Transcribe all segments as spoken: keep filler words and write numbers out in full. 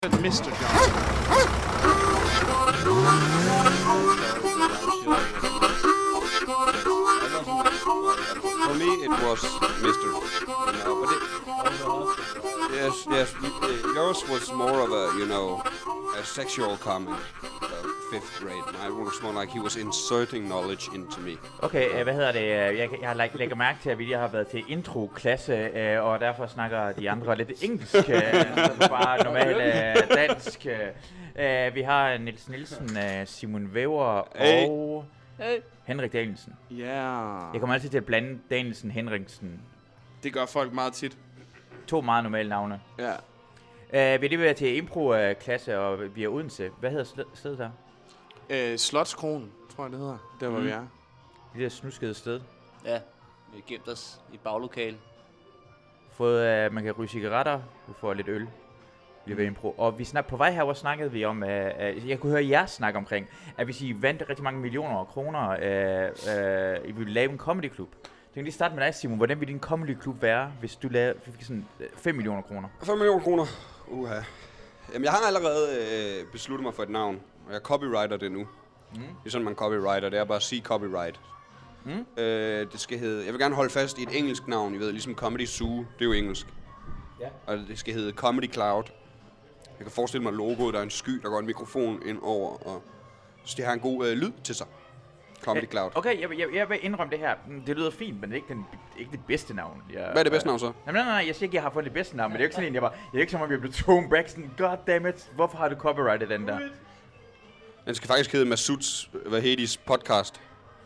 mister Johnson. For me, it was mister You know, but it, yes, yes. Uh, yours was more of a, you know, a sexual comment of fifth grade. Mine was more like he was inserting knowledge into me. Okay, øh, hvad hedder det? Jeg, jeg har læg, lægger mærke til, at vi lige har været til intro-klasse, øh, og derfor snakker de andre lidt engelsk, øh, så bare normal øh, dansk. Øh, vi har Niels Nielsen, øh, Simon Væver Hey. og Hey. Henrik Danielsen. Ja. Yeah. Jeg kommer altid til at blande Danielsen Henriksen. Det gør folk meget tit. To meget normale navne. Ja. Uh, vi er lige ved til impro-klasse, og vi er Odense. Hvad hedder sted- stedet der? Øh, Slotskronen, tror jeg det hedder. Der hvor Mm. vi er. Det der snuskede sted. Ja, vi har gemt os i baglokale. Fået, uh, man kan ryge cigaretter, du får lidt øl. Vi er ved impro. Og vi snak, på vej herover snakkede vi om, uh, uh, jeg kunne høre jer snakke omkring, at hvis I vandt rigtig mange millioner af kroner, uh, uh, I ville lave en comedyklub. Jeg kan lige starte med dig, Simon. Hvordan ville din comedyklub være, hvis du lavede fik sådan fem millioner kroner? fem millioner kroner. Uha. Jamen, jeg har allerede øh, besluttet mig for et navn, og jeg copywriter det nu. Mm. Det er sådan, man copywriter. Det er bare at sige copyright. Mm. Øh, det skal hedde... Jeg vil gerne holde fast i et engelsk navn, I ved, ligesom Comedy Zoo. Det er jo engelsk. Ja. Og det skal hedde Comedy Cloud. Jeg kan forestille mig logoet, der er en sky, der går en mikrofon ind over, og så det har en god øh, lyd til sig. Comedy Cloud. Okay, jeg, jeg, jeg vil indrømme det her. Det lyder fint, men det er ikke, den, ikke det bedste navn. Jeg, Hvad er det bedste navn så? Nej, nej, nej, jeg siger ikke, jeg har fået det bedste navn, men det er ikke sådan en, jeg bare... Det er ikke som om, jeg blev thrown back sådan, goddammit, hvorfor har du copyrightet den der? Den skal faktisk hedde Masuds Vahedis podcast.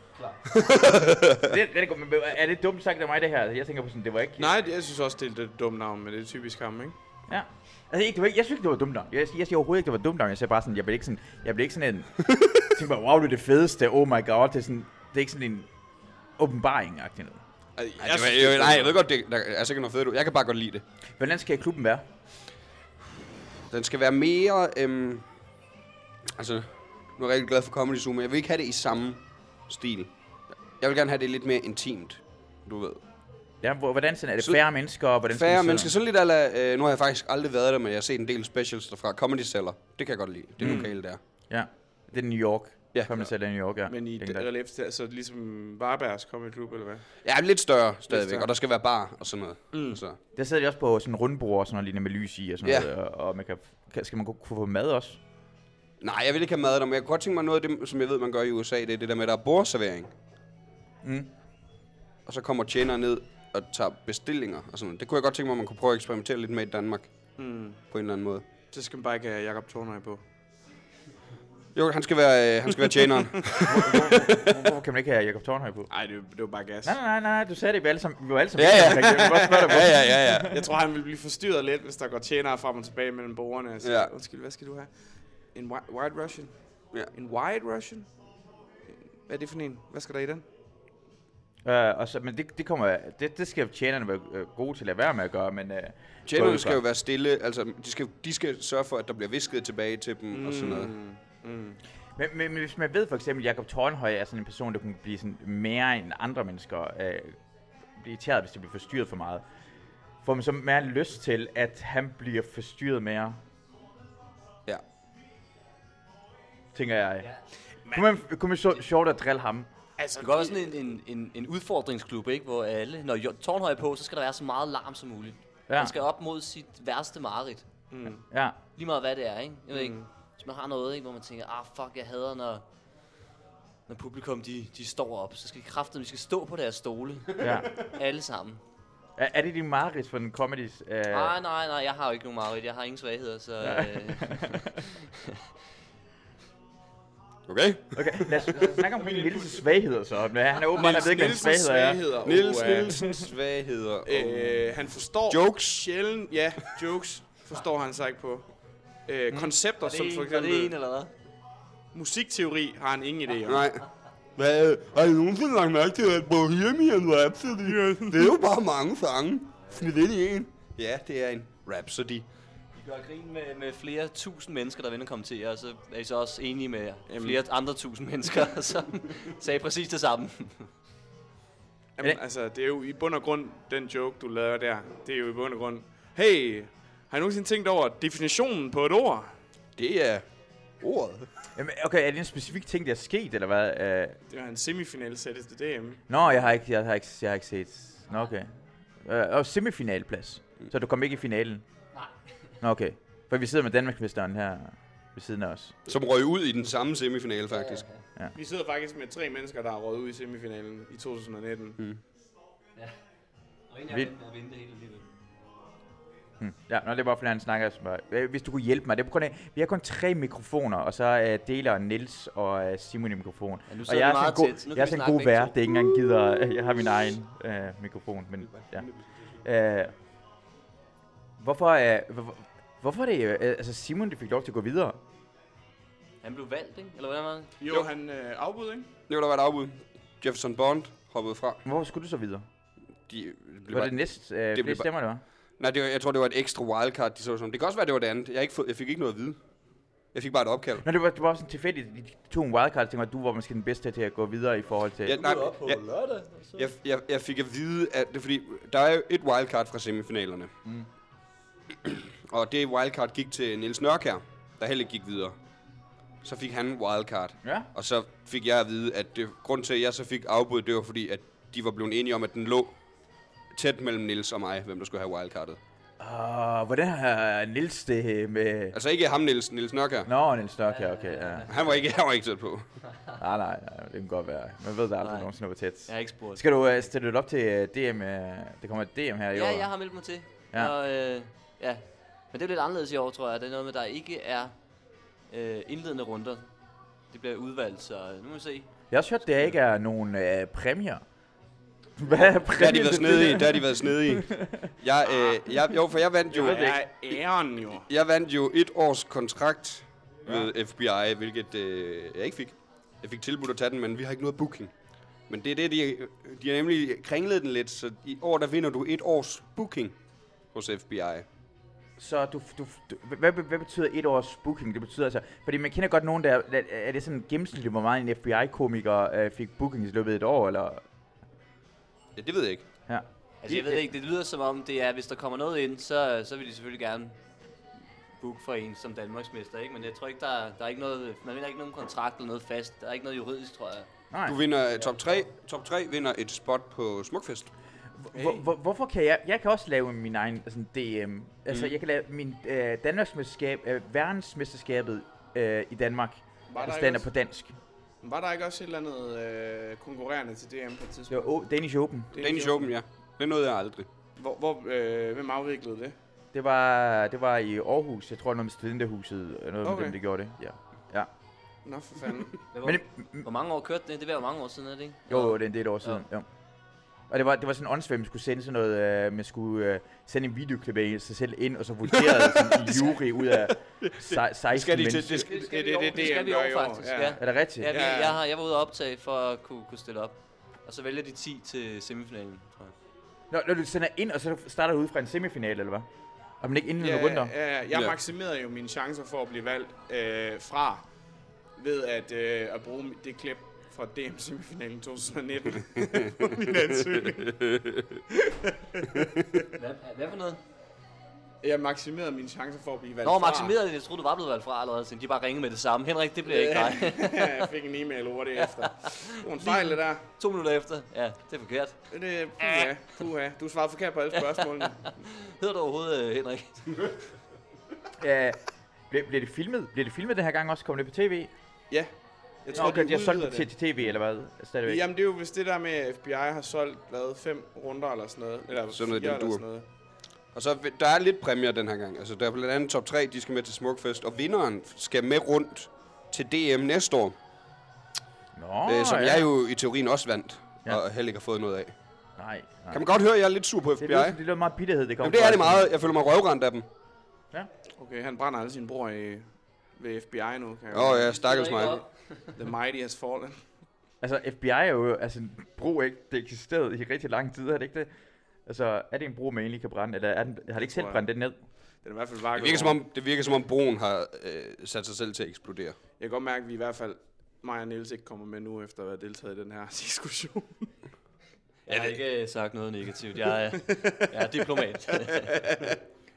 det, det er, godt, men er det dumt sagt af mig, det her? Jeg tænker på sådan, det var ikke... Nej, jeg synes også, det er et dumt navn, men det er typisk ham, ikke? Ja. Altså, ikke, det var ikke, jeg synes ikke, det var dumt navn. Jeg, jeg siger overhovedet ikke, det var dumt navn. Jeg siger bare sådan, jeg blev ikke sådan... Jeg blev ikke sådan en... jeg tænkte bare, wow, det er det fedeste, oh my god. Det er, sådan, det er ikke sådan en åbenbaring-agtig noget. Altså, Ej, det var, jo, nej, jeg ved godt, det der er sikkert noget fedt. Jeg kan bare godt lide det. Hvordan skal klubben være? Den skal være mere... Øhm, altså, nu er jeg rigtig glad for Comedy Zoo, men jeg vil ikke have det i samme stil. Jeg vil gerne have det lidt mere intimt, du ved. Ja, hvordan sådan, er det Så- færre mennesker? Og hvordan skal Færre det mennesker, sådan lidt ala, øh, nu har jeg faktisk aldrig været der, men jeg har set en del specials derfra. Comedy Cellar, det kan jeg godt lide. Det er Mm. lokale der. Ja, det er New York. Ja. Kom jeg selv i New York, ja. Men i Tænker jeg. relief til, altså ligesom Varbergs Comedy Club, eller hvad? Ja, lidt større stadigvæk, større. og der skal være bar og sådan noget. Mm. Så. Der sidder de også på sådan en rundbord og sådan noget lignende med lys i og sådan Ja. noget. Og, og man kan, kan, skal man kunne få mad også? Nej, jeg vil ikke have mad der, men jeg kunne godt tænke mig noget af det, som jeg ved, man gør i U S A, det er det der med, at der er bordservering. Mm. Og så kommer tjener ned og tager bestillinger og sådan noget. Det kunne jeg godt tænke mig, at man kunne prøve at eksperimentere lidt med i Danmark. Mm. På en eller anden måde. Så skal man bare ikke have Jakob Tornøj på. Jo, han skal være, øh, han skal være tjeneren. Hvorfor, hvorfor kan man ikke have Jakob Tornhøj på? Nej, det, det var bare gas. Nej, nej, nej, nej, du sagde det, vi var alle sammen, vi var alle sammen. Ja, ja. enige omkring det. Vi må også spørge dig, ja, ja, ja, ja. Jeg tror, han vil blive forstyrret lidt, hvis der går tjenere frem og tilbage mellem bordene. Og siger, Ja. undskyld, hvad skal du have? En whi- White Russian? Ja. En White Russian? Hvad er det for en? Hvad skal der i den? Uh, og så, men det, det, kommer, det, det skal tjenerne være uh, gode til at være med at gøre, men... Uh, Tjenerne skal jo være stille, altså de skal, de skal sørge for, at der bliver visket tilbage til dem mm. og sådan noget. Mm. Men, men, men hvis man ved for eksempel, at Jakob Tornhøj er sådan en person, der kunne blive sådan mere end andre mennesker, øh, blive irriteret, hvis det bliver forstyrret for meget, får man så mere lyst til, at han bliver forstyrret mere, Ja. tænker jeg. Ja. Kunne man, kunne man så, sjovt at drille ham? Altså, Det kan godt være sådan en, en, en, en udfordringsklub, ikke? Hvor alle, når Jo- Tornhøj er på, så skal der være så meget larm som muligt. Ja. Man skal op mod sit værste mareridt. Mm. Ja. Lige meget hvad det er, ikke? Jeg ved Mm. ikke. Hvis man har noget, ikke, hvor man tænker, ah fuck, jeg hader, når, når publikum de, de står op. Så skal de kræfter, de skal stå på deres stole. Ja. Alle sammen. Er, er det din mareridt for den comedies? Øh, Nej, nej, nej, jeg har jo ikke nogen mareridt. Jeg har ingen svagheder, så... Øh, Okay? Okay, lad os, lad os snakke om Niels' svagheder så. Men han er åbenbart, han ved ikke, hvad hans Nielsens svagheder er. svagheder. Niels Uh, uh, Nielsens svagheder. Øh, han forstår Jokes. sjældent, ja, jokes forstår han sig ikke på. Øh, Mm. koncepter som for var det en eksempel eller hvad? musikteori har han ingen idé om. Nej. Hvad? Har I nogensinde lagt mærke til, at Bohemian Rhapsody? Det er jo bare mange sange. Snit ind i en. Ja, det er en Rhapsody. Vi gør grin med, med flere tusind mennesker, der vender kommentere, og så er I så også enige med Jamen. flere andre tusind mennesker, som sagde præcis det samme. Jamen, altså, det er jo i bund og grund, den joke, du laver der, det er jo i bund og grund, hey, Har I nogensinde tænkt over definitionen på et ord? Det er ordet. Jamen, okay, er det en specifik ting, der er sket, eller hvad? Uh... Det var en semifinal sæt til D M. Nå, jeg har ikke, jeg har ikke, jeg har ikke set. Nå, okay. Uh, og semifinalplads. Mm. Så du kom ikke i finalen? Nej. Nå, okay. For vi sidder med Danmarksmesteren her ved siden af os. Som røg ud i den samme semifinale, faktisk. Ja. Vi sidder faktisk med tre mennesker, der har røget ud i semifinalen i to tusind nitten. Mm. Ja. Og en af Vildt. dem er vinde det hele alligevel. Hmm. Ja, nå, det er bare fordi han snakker som bare, øh, hvis du kunne hjælpe mig. Det er på grund af, vi har kun tre mikrofoner, og så uh, deler Niels og uh, Simon i mikrofon. Ja, nu og sidder jeg vi er meget sådan en tæt, så god, nu jeg er kan vi sådan en snakke god begge vært, to. det ikke engang gider, uh, jeg har min egen uh, mikrofon, men ja. Uh, hvorfor, uh, hvor, hvorfor er det, uh, altså Simon, det fik lov til at gå videre? Han blev valgt, ikke? Eller hvordan var det? Jo, Jo. han øh, afbud, ikke? Det var der var et afbud. Jefferson Bond hoppede fra. Hvorfor skulle du så videre? De blev Var bare- det næst uh, blev flere bare- stemmer, det var? Nej, det var, jeg tror, det var et ekstra wildcard, de så som. Det kan også være, det var det andet. Jeg, har ikke fået, jeg fik ikke noget at vide. Jeg fik bare et opkald. Nå, det var, det var sådan tilfældigt, de tog en wildcard, tænkte, at du var måske den bedste til at gå videre i forhold til... Ja, nej, på jeg, lørdag. Så. jeg, jeg, jeg fik at vide, at det er fordi, der er jo et wildcard fra semifinalerne. Mm. Og det wildcard gik til Niels Nørkjær, der heller ikke gik videre. Så fik han wildcard. Ja. Og så fik jeg at vide, at det, grund til, at jeg så fik afbud, det var fordi, at de var blevet enige om, at den lå tæt mellem Niels og mig, hvem der skulle have wildcardet. Uh, hvordan har Niels det med... Altså ikke ham, Niels, Niels Nørkjær. Nå, Niels Størk, ja, okay, ja. Han var ikke, han var ikke tæt på. Nej, nej, nej, det kan godt være. Man ved, der aldrig Nej. nogensinde var tæt. Jeg har ikke spurgt. Skal du uh, stille det op til uh, D M? Uh, det kommer et D M her i år. Ja, jeg har meldt mig til. Ja. Ja. Og, øh, ja. Men det er lidt anderledes i år, tror jeg. Det er noget med, at der ikke er øh, indledende runder. Det bliver udvalgt, så nu må vi se. Jeg har også hørt, at der ikke er nogen uh, præmier. Hvad er Der har præmien de været til snedige, det? der har de været snedige. Jeg, øh, jeg, jo, for jeg vandt jo, Det er æren jo. jeg vandt jo et års kontrakt ved F B I, hvilket øh, jeg ikke fik. Jeg fik tilbudt at tage den, men vi har ikke noget booking. Men det er det, de, de har nemlig kringlet den lidt, så i år der vinder du et års booking hos F B I. Så du, du, du hvad, hvad betyder et års booking? Det betyder altså... Fordi man kender godt nogen, der... der er det sådan gennemsnitligt, hvor meget en F B I-komiker uh, fik bookings i løbet af et år, eller... Ja, det ved jeg ikke. Ja. Altså, jeg ved det ikke. Det lyder som om, det er, hvis der kommer noget ind, så, så vil de selvfølgelig gerne booke for en som Danmarksmester, ikke? Men jeg tror ikke, der er, der er ikke noget... Man vinder ikke nogen kontrakt eller noget fast. Der er ikke noget juridisk, tror jeg. Nej. Du vinder øh, top tre. Top tre vinder et spot på Smukfest. Hvor, hvor, hvorfor kan jeg... Jeg kan også lave min egen sådan, D M. Altså, Mm. jeg kan lave min øh, Danmarksmesterskab... Øh, verdensmesterskabet øh, i Danmark. Var der, Altså, ikke den er også, på dansk. var der ikke også et eller andet øh, konkurrerende til D M på et Det tidspunkt? var o- Danish Open. Danish Open, ja. Det nåede jeg aldrig. Hvor, hvor, øh, hvem afviklede det? Det var, det var i Aarhus. Jeg tror, det var noget med Studenterhuset. Noget Okay. med dem, der gjorde det. Ja. Ja. Nå, for fanden. Men hvor, Men Men, hvor mange år kørte det? Det var jo mange år siden, er det ikke? Jo, det er en del år siden. Ja. Og det var, det var sådan åndssvagt, man skulle sende sådan noget, uh, man skulle uh, sende en videoklip af sig selv ind, og så vurdere det sådan i jury ud af se- seksten Skal de til, mennesker. det skal, Det skal Det- vi det- over. det- Det det skal vi gør over, i år, faktisk. ja. Ja. Er det rigtigt? Ja, vi, Ja. jeg, har, jeg var ude at optage for at kunne, kunne stille op. Og så vælger de ti til semifinalen, tror jeg. Når, når du sender ind, og så starter du ud fra en semifinal, eller hvad? Og man ikke inden Ja, ja, runder? ja, ja, jeg Ja. maksimerede jo mine chancer for at blive valgt øh, fra ved at, øh, at bruge det klip fra D M semifinalen to tusind nitten på min ansøgning. Hvad, hvad for noget? Jeg maksimerede mine chancer for at blive valgt Nå, fra. maksimerede det. Jeg troede, du var blevet valgt fra allerede, så de bare ringede med det samme. Henrik, det bliver ikke dig. Jeg fik en e-mail over det efter. Det var en fejl, det der. to minutter efter. Ja, det er forkert. Det, puha, puha. Du svarede forkert på alle spørgsmålene. Hedder du overhovedet uh, Henrik? Ja. Bliver, bliver det filmet? Bliver det filmet den her gang også? Kommer det på tv? Ja. Jeg Nå, okay, de har solgt udvider det til, til tv, eller hvad? Stadigvæk. Jamen, det er jo hvis det der med, at F B I har solgt, hvad, fem runder eller sådan noget. Eller Sådan noget, fire den eller dur. sådan noget. Og så vil- der er lidt præmier den her gang. Altså der er blandt andet top tre, de skal med til Smukfest, og vinderen skal med rundt til D M næste år, Nå, øh, som ja. jeg jo i teorien også vandt, Ja. og heller ikke har fået noget af. Nej, nej. Kan man godt høre, at jeg er lidt sur på F B Det I? lyder, som- det lyder meget bitterhed, det kommer Jamen det er fra det sådan- meget. Jeg føler mig røvrendt af dem. Okay, han brænder alle sine bror i, ved F B I nu. Kan jeg Åh oh, jo- ja, stakkels mig. The mighty has fallen. Altså, F B I er jo, altså, en bro ikke, det eksisterede i rigtig lang tid, er det ikke det? Altså, er det en bro, man egentlig kan brænde, eller er den, har det ikke selv tror jeg. brændt den ned? Den er i hvert fald vakket Det virker, som over. om, det virker som om broen har øh, sat sig selv til at eksplodere. Jeg kan godt mærke, at vi i hvert fald, mig og Niels, ikke kommer med nu, efter at have deltaget i den her diskussion. Jeg har ikke uh, sagt noget negativt. Jeg er, jeg er diplomat.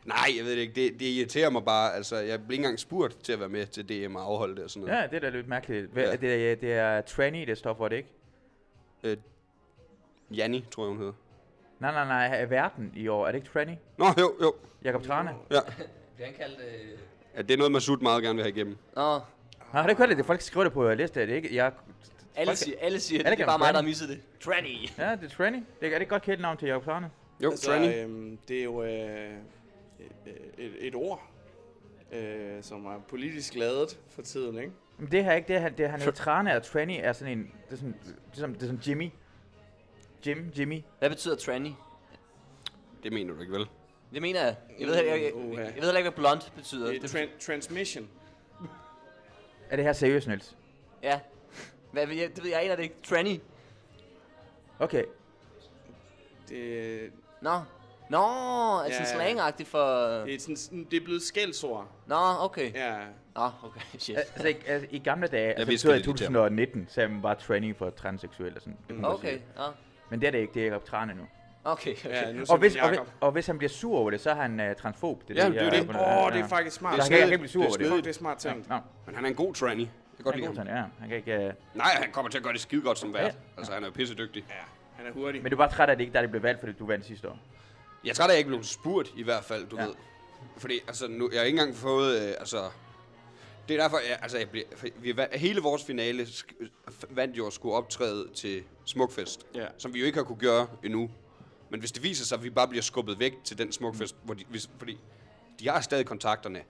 Nej, jeg ved det ikke. Det, det irriterer mig bare. Altså, jeg blev ikke engang spurgt til at være med til D M og afholde det og sådan noget. Ja, det er da lidt mærkeligt. Hvad, Ja. ja. det, er, det er Tranny, det står for det, ikke? Øh, Janni, tror jeg, hun hedder. Nej, nej, nej. Er verden i år? Er det ikke Tranny? Nå, jo, jo. Jakob Trane? Ja. Bliver han kaldt... Øh... Ja, det er noget, Masud meget gerne vil have igennem. Nå, Nej, har du ikke hørt det? Det folk skriver det på liste, er det ikke? Jeg, alle folk- siger, alle siger Alle det. Det er kalder bare mig, ham der har misset det. Tranny. Ja, det er Tranny. Det er, er det ikke godt kælt navn til Jakob Trane? Jo, Altså, Tranny. øhm, det er jo øh, et, et ord, øh, som er politisk ladet for tiden, ikke? Men det her ikke, det er, han- det er, han er Trane, og Tranny er sådan en, det er sådan, det er sådan, det er sådan Jimmy. Jim, Jimmy. Hvad betyder tranny? Det mener du ikke, vel? Det mener jeg. Jeg ved, jeg, jeg, jeg, Mm, uha. jeg ved heller ikke, hvad blond betyder. Det Det, er tran- transmission. Er det her seriøst, Niels? ja. Hvad, jeg, det ved jeg, aner det ikke. Tranny. Okay. Det, Nå. Nå, altså Ja, ja, ja. slangagtigt for... det, er sådan, det er blevet skældsord. Nå, okay. Ja. Nå, okay, shit. Altså, i, altså, i gamle dage, altså, vidste, det i det irriterer to tusind nitten, sagde man bare Tranny for transseksuel og sådan. Det kan man godt Okay, sige. ja. Men det er det ikke, det er Jakob Trane nu. Okay, okay. Ja, nu Og siger hvis, man og, hvis, Jakob. og hvis han bliver sur over det, så er han uh, transfob. Det Ja, jeg- det er jo det. jeg- Åh, ja. det er faktisk smart. Så han kan, han kan ikke blive sur Det er over det. snedigt. Fuck, det er smart Ja, tænkt. nå. Men han er en god Tranny. Jeg kan godt Han lide er god ham. til, ja. Han kan ikke... Uh... Nej, han kommer til at gøre det skide godt som vært. Ja. Altså, han er jo pissedygtig. Ja, han er hurtig. Men du er bare træt af det ikke, da det blev valgt, fordi du vandt sidste år. Jeg tror, at jeg ikke blev spurgt, i hvert fald, du Ja. ved. Fordi, altså, nu, jeg har ikke engang fået, øh, altså... Det er derfor, jeg, altså, jeg bliver, for vi, va- hele vores finale sk- f- vandt jo at skulle optræde til Smukfest, Ja. som vi jo ikke har kunne gøre endnu. Men hvis det viser sig, at vi bare bliver skubbet væk til den Smukfest, hvor de, hvis, fordi de har stadig kontakterne,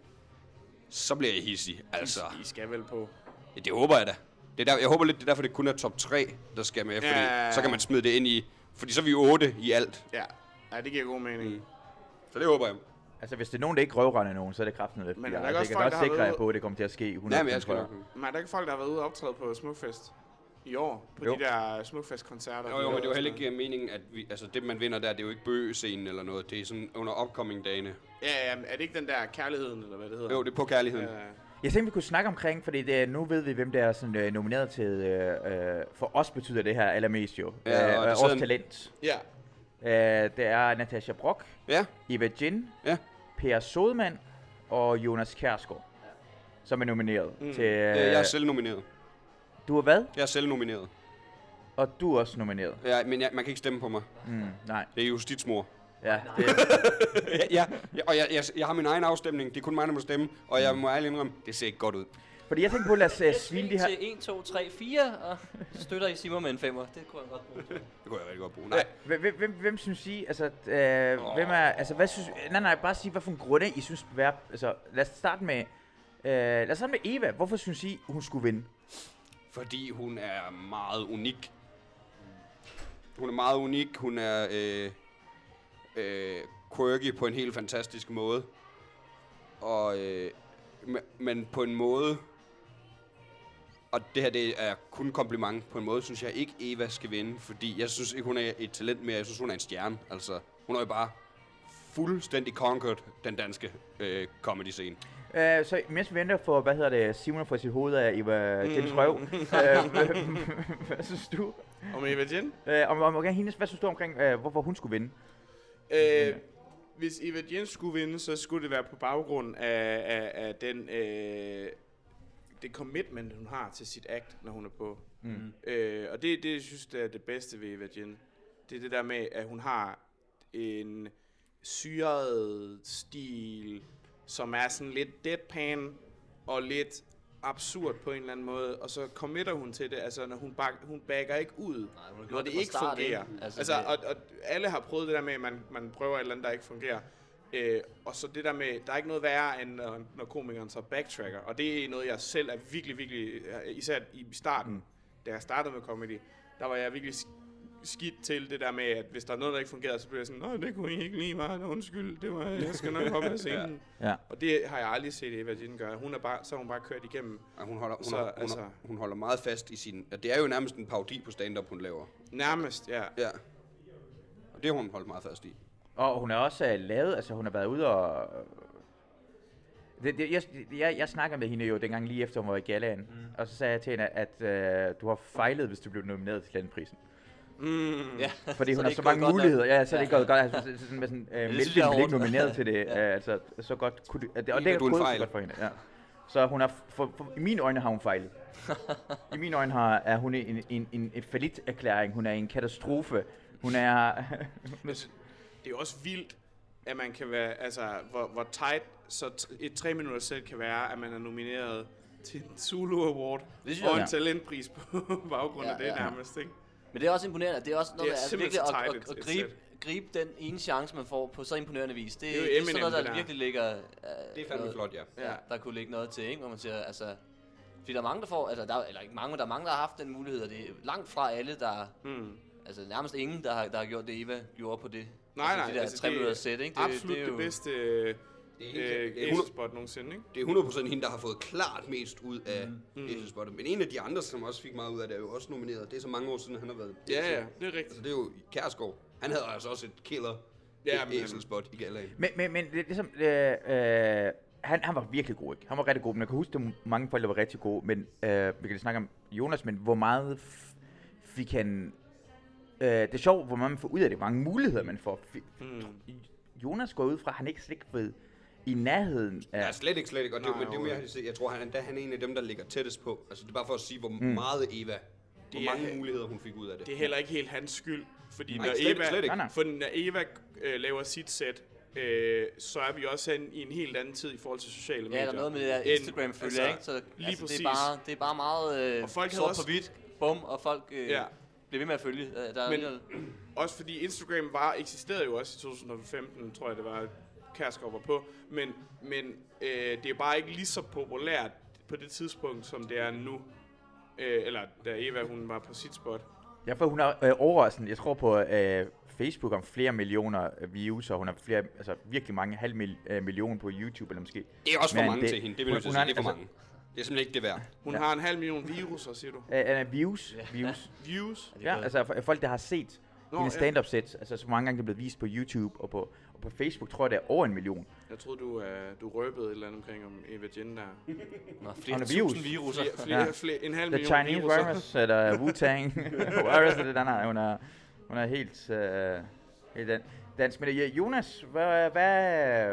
så bliver jeg hissig. Altså, I skal vel på. ja, det håber jeg da. Det er der, jeg håber lidt, det er derfor, det kun er top tre, der skal med, fordi Ja. så kan man smide det ind i... Fordi så er vi otte i alt. Ja. Ja, det giver god mening. Mm. Så det håber jeg. Altså, hvis det er nogen, der ikke røvrender nogen, så er det kraften lidt. Men Men er der jeg, ikke jeg også kan folk, godt der har sikre jer været- på, at det kommer til at ske hundrede Ja, men jeg skal procent. nok. Men er der ikke folk, der har været ude og optræde på Smukfest i år? På Jo. de der Smukfest-koncerter? Jo, jo, men det er jo heller ikke meningen, at vi, altså det man vinder der, det er jo ikke bøgescenen eller noget. Det er sådan under upcoming-dagene. Ja, ja, men er det ikke den der kærligheden, eller hvad det hedder? Jo, det er på kærligheden. Ja. Jeg tænkte, vi kunne snakke omkring, fordi det, er- nu ved vi, hvem der er sådan, øh, nomineret til... Øh, øh, for os betyder det her allermest jo. Ja, og øh, der årets sidder en- talent. Ja. Øh, det er Natasha Brock, Ja, Eva Jin, ja. Per Sodemann og Jonas Kjærsgaard, som er nomineret Mm. til... Øh, Øh, jeg er selv nomineret. Du er hvad? Jeg er selv nomineret. Og du er også nomineret. Ja, men jeg, man kan ikke stemme på mig. Mm, nej. Det er justitsmor. Ja, det, ja, ja, ja, og jeg, jeg, jeg har min egen afstemning. Det er kun mig, der må stemme. Og jeg må ærligt indrømme, det ser ikke godt ud. fordi jeg tænkte på, lad os uh, svine de her... til en, to, tre, fire, og så støtter I Simon med en femmer. Det kunne jeg godt bruge. Det kunne jeg rigtig godt bruge. Nej. Hvem, hvem, hvem, hvem synes I, altså, øh, oh. hvem er, altså, hvad synes, nej, nej, bare sige, hvad for en grunde I synes, være, altså, lad os starte med, øh, lad os starte med Eva. Hvorfor synes I, hun skulle vinde? Fordi hun er meget unik. Hun er meget unik. Hun er øh, øh, quirky på en helt fantastisk måde. Og, øh, me- men på en måde, og det her det er kun kompliment, på en måde synes jeg ikke Eva skal vinde, fordi jeg synes ikke hun er et talent mere, jeg synes hun er en stjerne. Altså, hun er jo bare fuldstændig conquered den danske øh, comedy scene. Uh, så mens vi venter for, hvad hedder det, Simon får sit hoved af Eva Mm. Jens Røv, uh, hvad, hvad synes du? Om Eva Jin? Uh, om, om, okay, hendes, hvad synes du omkring, uh, hvorfor hun skulle vinde? Øh, hvis Eva Jin skulle vinde, så skulle det være på baggrund af, af, af den, øh, det commitment, hun har til sit act, når hun er på. Mm. Øh, og det, det jeg synes det er det bedste ved Eva Jin. Det er det der med, at hun har en syret stil, som er sådan lidt deadpan og lidt absurd på en eller anden måde, og så committer hun til det, altså når hun, bak, hun backer ikke ud, Nej, hun har når gjort det det fra ikke start, fungerer. ikke? Altså, Altså, altså det- og, og alle har prøvet det der med, at man, man prøver et eller andet, der ikke fungerer. Øh, og så det der med, der er ikke noget værre, end når, når komikeren så backtracker, og det er noget, jeg selv er virkelig, virkelig, især i starten, mm. da jeg startede med comedy, der var jeg virkelig sk- skidt til det der med, at hvis der er noget, der ikke fungerede, så bliver jeg sådan, nå, det kunne I ikke lige meget, undskyld, det var, jeg skal nok hoppe af scenen. Ja. Og det har jeg aldrig set Eva Jin gøre. Hun er bare, så er hun bare kørt igennem. Og hun holder, hun, Så, holder, hun, altså- holder, hun holder meget fast i sin... Ja, det er jo nærmest en parodi på stand-up, hun laver. Nærmest, ja. Ja. Og det har hun holdt meget fast i. Og hun er også uh, lavet, altså hun har været ude og... Det, det, jeg, jeg, jeg snakker med hende jo dengang lige efter hun var i galaen, mm. og så sagde jeg til hende, at uh, du har fejlet, hvis du blev nomineret til landprisen. Mm. Ja, Fordi hun det har så går mange godt muligheder. nok. Ja, så er det ikke Ja. gået godt. Altså, så- sådan med sådan, øh, synes Melvin jeg er blev ikke hårdt. nomineret til det. Ja. Ja. Altså, så godt kunne det, og det, og Eva, det er du er en gået så fejl. godt for hende. Ja. Så hun har, for, for, i mine øjne har hun fejlet. I mine øjne har, er hun en, en, en, en fallit-erklæring. Hun er en katastrofe. Hun er... Altså, det er også vildt, at man kan være, altså, hvor, hvor tight så t- et tre minutter selv kan være, at man er nomineret til en Zulu Award Det synes og jeg- en talentpris på baggrund af Ja, det ja. nærmest, ikke? Men det er også imponerende. Det er også noget Det er med altså, simpelthen virkelig så at, tight at, et- at gribe, gribe den ene chance, man får på så imponerende vis. Det, Det er jo det er sådan Eminem, noget, der det der. virkelig ligger... Uh, Det er fandme flot, ja. Ja, der kunne ligge noget til, ikke? Hvor man siger, altså... Fordi der er mange, der får... Altså, der, er- eller ikke mange, men der er mange, der har haft den mulighed, og det er langt fra alle, der... Mm. Altså, nærmest ingen, der har, der har gjort det, Eva gjorde på det. Nej, altså, nej, de der altså, tre det er minutters sæt, ikke? Det, Absolut det, er det, jo, bedste øh, Det er, helt, det, er øh, hundrede, spot nogensinde, ikke? det er hundrede procent hende, der har fået klart mest ud af Mm. Æselspottet. Men en af de andre, som også fik meget ud af det, er jo også nomineret. Det er så mange år siden, han har været. Ja, ja, Altså, det er rigtigt. det er jo Kjærsgaard. Han havde altså også et killer Ja, ja, men- æselspot i galaen. Men, men, men det er ligesom, øh, øh, han, han var virkelig god, ikke? Han var rigtig god, men jeg kan huske, at mange folk der var rigtig gode, men øh, vi kan snakke om Jonas, men hvor meget f- fik han... Øh, det er sjovt, hvor meget man får ud af det, hvor mange muligheder man får. F- Mm. Jonas går ud fra, at han ikke slet ikke ved i nærheden af... Ja, slet ikke, slet ikke. Og det, Nej, men det er jo mere, overhovedet. jeg tror, han, endda, han er en af dem, der ligger tættest på. Altså, det er bare for at sige, hvor mm. meget Eva, hvor Det er- mange muligheder hun fik ud af det. Det er heller ikke helt hans skyld, fordi Nej, når slet ikke, Eva, slet ikke. Nej, nej. For når Eva øh, laver sit sæt, øh, så er vi også hen i en helt anden tid i forhold til sociale medier. ja, der er noget med det der End- Instagram-følge, altså, ikke? Så lige altså, det, præcis. er bare, det er bare meget øh, Og folk havde sort også- på hvidt, bum, og folk øh, Ja. bliver ved med at følge. Øh, Der er Men- alligevel- Også fordi Instagram var, eksisterede jo også i to tusind og femten, tror jeg det var, Kjærsgaard var på. Men, men øh, det er bare ikke lige så populært på det tidspunkt, som det er nu. Øh, eller da Eva hun var på sit spot. Ja, for hun er øh, overraskende. Jeg tror på øh, Facebook om flere millioner øh, views, og hun har flere, altså virkelig mange, halv mil, øh, million på YouTube, eller måske. Det er også for Men mange det- til hende. Det vil hun- jeg sige. hun har- Det er for altså- mange. Det er simpelthen ikke det værd. Hun Ja. har en halv million viruser, siger du. Øh, øh, views, views. Views. det er Ja, godt. altså f- folk, der har set Nå, hendes ja. stand-up sæt, altså så mange gange det er blevet vist på YouTube og på, og på Facebook, tror jeg, det er over en million. Jeg troede, du, uh, du røbede et eller andet omkring om Eva Jen der. Nå, flere er tusind virus. viruser. Flere, flere, Ja. flere, en halv The million Chinese viruser. Virus, eller Wu-Tang Virus, eller den her, hun er, hun er helt, øh, helt dan- dansk. Men øh, Jonas, hvad, hvad,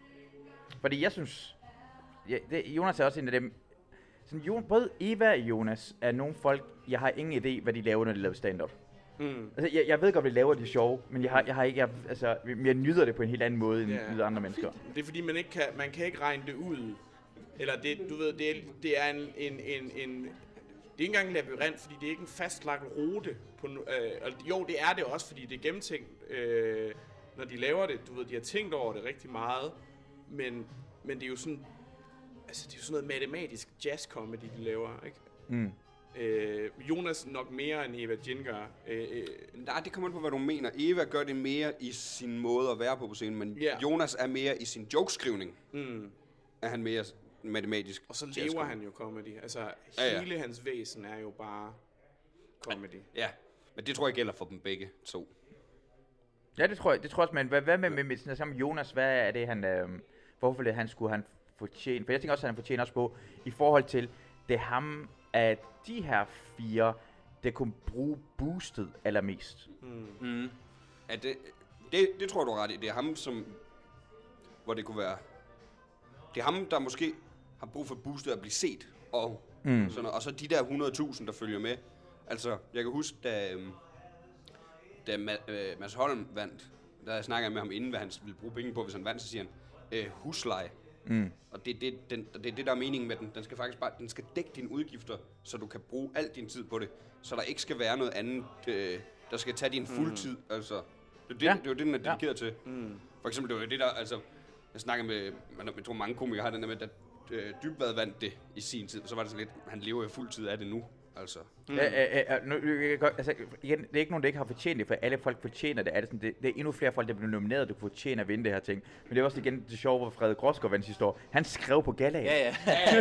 fordi jeg synes, ja, det, Jonas er også en af dem, sådan, jo, både Eva og Jonas er nogle folk, jeg har ingen idé, hvad de laver, når de laver stand-up. Mm. Altså, jeg, jeg ved godt, hvad de laver, de er sjove, men jeg har, jeg har ikke, jeg, altså, jeg nyder det på en helt anden måde, end Ja. yeah. andre mennesker. Det er fordi, man ikke kan, man kan ikke regne det ud. Eller det, du ved, det er, det er en, en, en, en, det er ikke engang en labyrint, fordi det er ikke en fastlagt rute. På, nu- øh, og jo, det er det også, fordi det er gennemtænkt, øh, når de laver det. Du ved, de har tænkt over det rigtig meget. Men, men det er jo sådan, altså det er jo sådan noget matematisk jazz-comedy, de laver, ikke? Mm. Øh, Jonas nok mere end Eva Jen gør. Øh, øh, Nej, det kommer an på, hvad du mener. Eva gør det mere i sin måde at være på på scenen, men Ja. Jonas er mere i sin jokeskrivning. mm. Er han mere matematisk. Og så lever jazzskrivning. han jo comedy. Altså, Ja, ja. hele hans væsen er jo bare comedy. Ja, men det tror jeg gælder for dem begge to. Ja, det tror jeg, det tror jeg også, men hvad, hvad med, med, med sådan sammen Jonas, hvad er det, han, øh, hvorfor det, han skulle han fortjene, for jeg tænker også, at han fortjener også på, i forhold til, det er ham af de her fire, der kunne bruge boostet allermest. Mm. Mm. Ja, det, det, det tror jeg, du er ret i. Det er ham, som... Hvor det kunne være... Det er ham, der måske har brug for boostet at blive set. Og, Mm. sådan noget. Og så de der hundrede tusind, der følger med. Altså, jeg kan huske, da, øhm, da Ma- øh, Mads Holm vandt, der snakker jeg med ham inden, hvad han ville bruge penge på, hvis han vandt, så siger han, øh, husleje. Mm. Og det er det, den, det, er det, der er meningen med den. Den skal faktisk bare, den skal dække dine udgifter, så du kan bruge al din tid på det. Så der ikke skal være noget andet, øh, der skal tage din fuldtid. Mm. Altså, det er det, Ja. det, er jo det, den er dedikeret ja. til. Mm. For eksempel, det var jo det der, altså, jeg snakker med, man, jeg tror mange komikere har den der med, at øh, Dybvad vandt det i sin tid, og så var det sådan lidt, han lever jo fuldtid af det nu, altså. Mm. Æ, æ, æ, nu, jeg kan godt- altså, igen, det er ikke nogen, der ikke har fortjent det, for alle folk fortjener det. Er det, sådan, det, det er endnu flere folk, der bliver nomineret, der fortjener at vinde det her ting. Men det er også igen det sjove, hvor Frederik Rosgaard vandt sidste år. Han skrev på galaen. Ja, ja.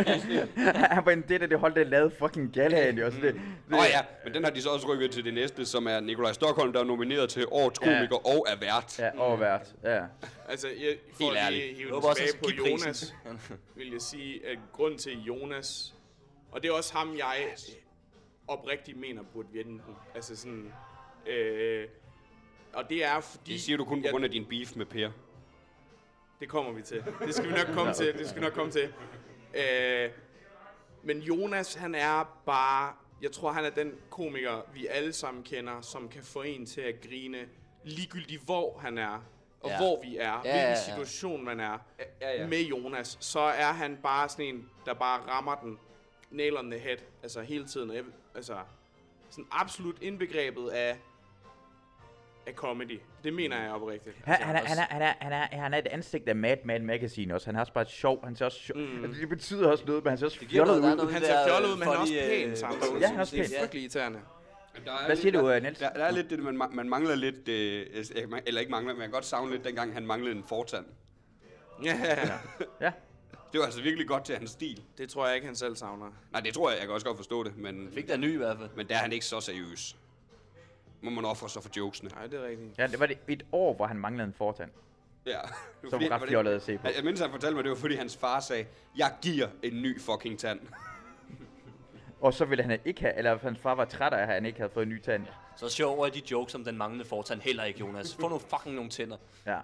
Han var en del af det hold, der lavede fucking galaen. Mm. Det, det, Nå ja, men den har de så også rykket til det næste, som er Nikolaj Stockholm, der er nomineret til Årets Komiker ja. og er vært. Ja, overvært. Ja. Altså, jeg, for Helt at ærligt. lige hive Jeg den håber også, tilbage at på give prisen. Jonas, vil jeg sige, at grunden til Jonas, og det er også ham, jeg oprigtigt mener burde vinde den. Altså sådan, Øh, og det er fordi... Det siger du kun på grund af din beef med Per. Det kommer vi til. Det skal vi nok komme til. Det skal vi nok komme til. Øh, men Jonas, han er bare... Jeg tror, han er den komiker, vi alle sammen kender, som kan få en til at grine ligegyldigt, hvor han er, og Ja. hvor vi er, Ja, hvilken ja, ja. situation man er Ja, ja. med Jonas. Så er han bare sådan en, der bare rammer den nail on the head, altså hele tiden. Jeg- Altså, sådan absolut indbegrebet af, af comedy. Det mener jeg oprigtigt. Han, Altså, han, er, også- han, er, han, er, han, er, han er et ansigt af Mad Man Magazine også. Han har også bare et sjov. Han ser også sjov. Mm. Altså, det betyder også noget, men han ser også Det giver fjollet noget, der er ud. noget Han det ser der, fjollet øh, ud, men han er også funny, pæn øh, samtidig. Ja, han er også Det pæn. er frygtelig irriterende. Der er Hvad siger lidt, du, der, uh, Niels? Der, der er lidt det, man, man mangler lidt, øh, eller ikke mangler, men jeg kan godt savne lidt, dengang han manglede en fortand. Ja, Ja. Det var altså virkelig godt til hans stil. det tror jeg ikke, han selv savner. Nej, det tror jeg, jeg kan også godt forstå det, men, Fik der en ny i hvert fald. men der er han ikke så seriøs. Må man ofre sig for jokesene. Nej, det er rigtigt. Ja, det var det et år, hvor han manglede en fortand. Ja. Som var ret fjollet at se på. Jeg mindes, han fortalte mig, det var fordi hans far sagde, jeg giver en ny fucking tand. Og så ville han ikke have, eller hans far var træt af, at han ikke havde fået en ny tand. Så sjov er de jokes om den manglende fortand heller ikke, Jonas. Få nogle fucking nogle tænder. Ja.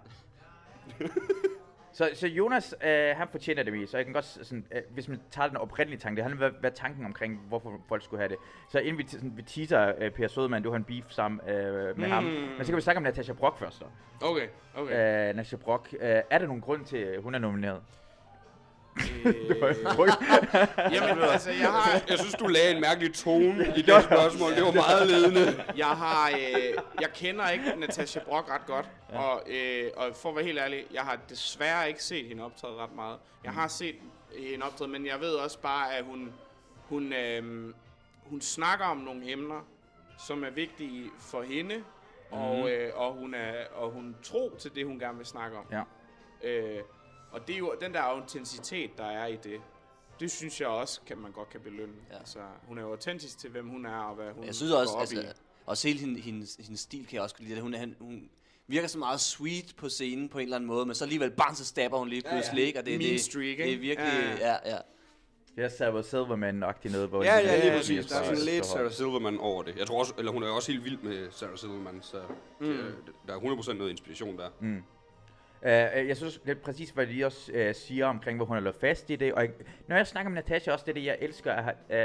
så, så Jonas, øh, han fortjener det mest, så jeg kan godt, s- sådan, øh, hvis man tager den oprindelige tanke, det handler om, hvad, hvad tanken omkring, hvorfor folk skulle have det. Så inden vi, t- sådan, vi teaser øh, Per Sødemann, du har en beef sammen øh, med mm. ham, men så kan vi snakke om Natasha Brock først. Så. Okay, okay. Øh, Natasha Brock, øh, er der nogen grund til, at hun er nomineret? Øh, jamen, altså, jeg har... Jeg synes, du lagde en mærkelig tone i det spørgsmål. Det var meget ledende. Jeg har, øh, jeg kender ikke Natasha Brock ret godt, ja. og, øh, og for at være helt ærlig, jeg har desværre ikke set hende optræde ret meget. Jeg har set hende optræde, men jeg ved også bare, at hun, hun, øh, hun snakker om nogle emner, som er vigtige for hende, mm. og, øh, og, hun er, og hun tror til det, hun gerne vil snakke om. Ja. Øh, og det er jo den der autenticitet, der er i det. Det synes jeg også, kan man godt kan belønne. Ja. Altså, hun er jo autentisk til, hvem hun er, og hvad hun Jeg synes også, går op altså, i. også hele hendes, hendes, hendes stil kan jeg også godt lide. Hun, er- han, hun virker så meget sweet på scenen på en eller anden måde, men så alligevel bang, så stabber hun lige pludselig, ja, ja. ikke? Og det, Mean det, streak, det er ikke? virkelig, ja, ja. Det er Sarah Silverman-agtigt noget, hvor... Ja, de- ja, lige Ja, præcis. Der er sådan så- lidt så- Sarah Silverman over det. Jeg tror også, eller hun er jo også helt vild med Sarah Silverman, så mm. det, der er hundrede procent noget inspiration der. Mm. Uh, jeg synes lidt præcis, hvad de også uh, siger omkring, hvor hun er lavet fast i det. Og jeg, når jeg snakker med Natasha, også det, er det jeg elsker, at, at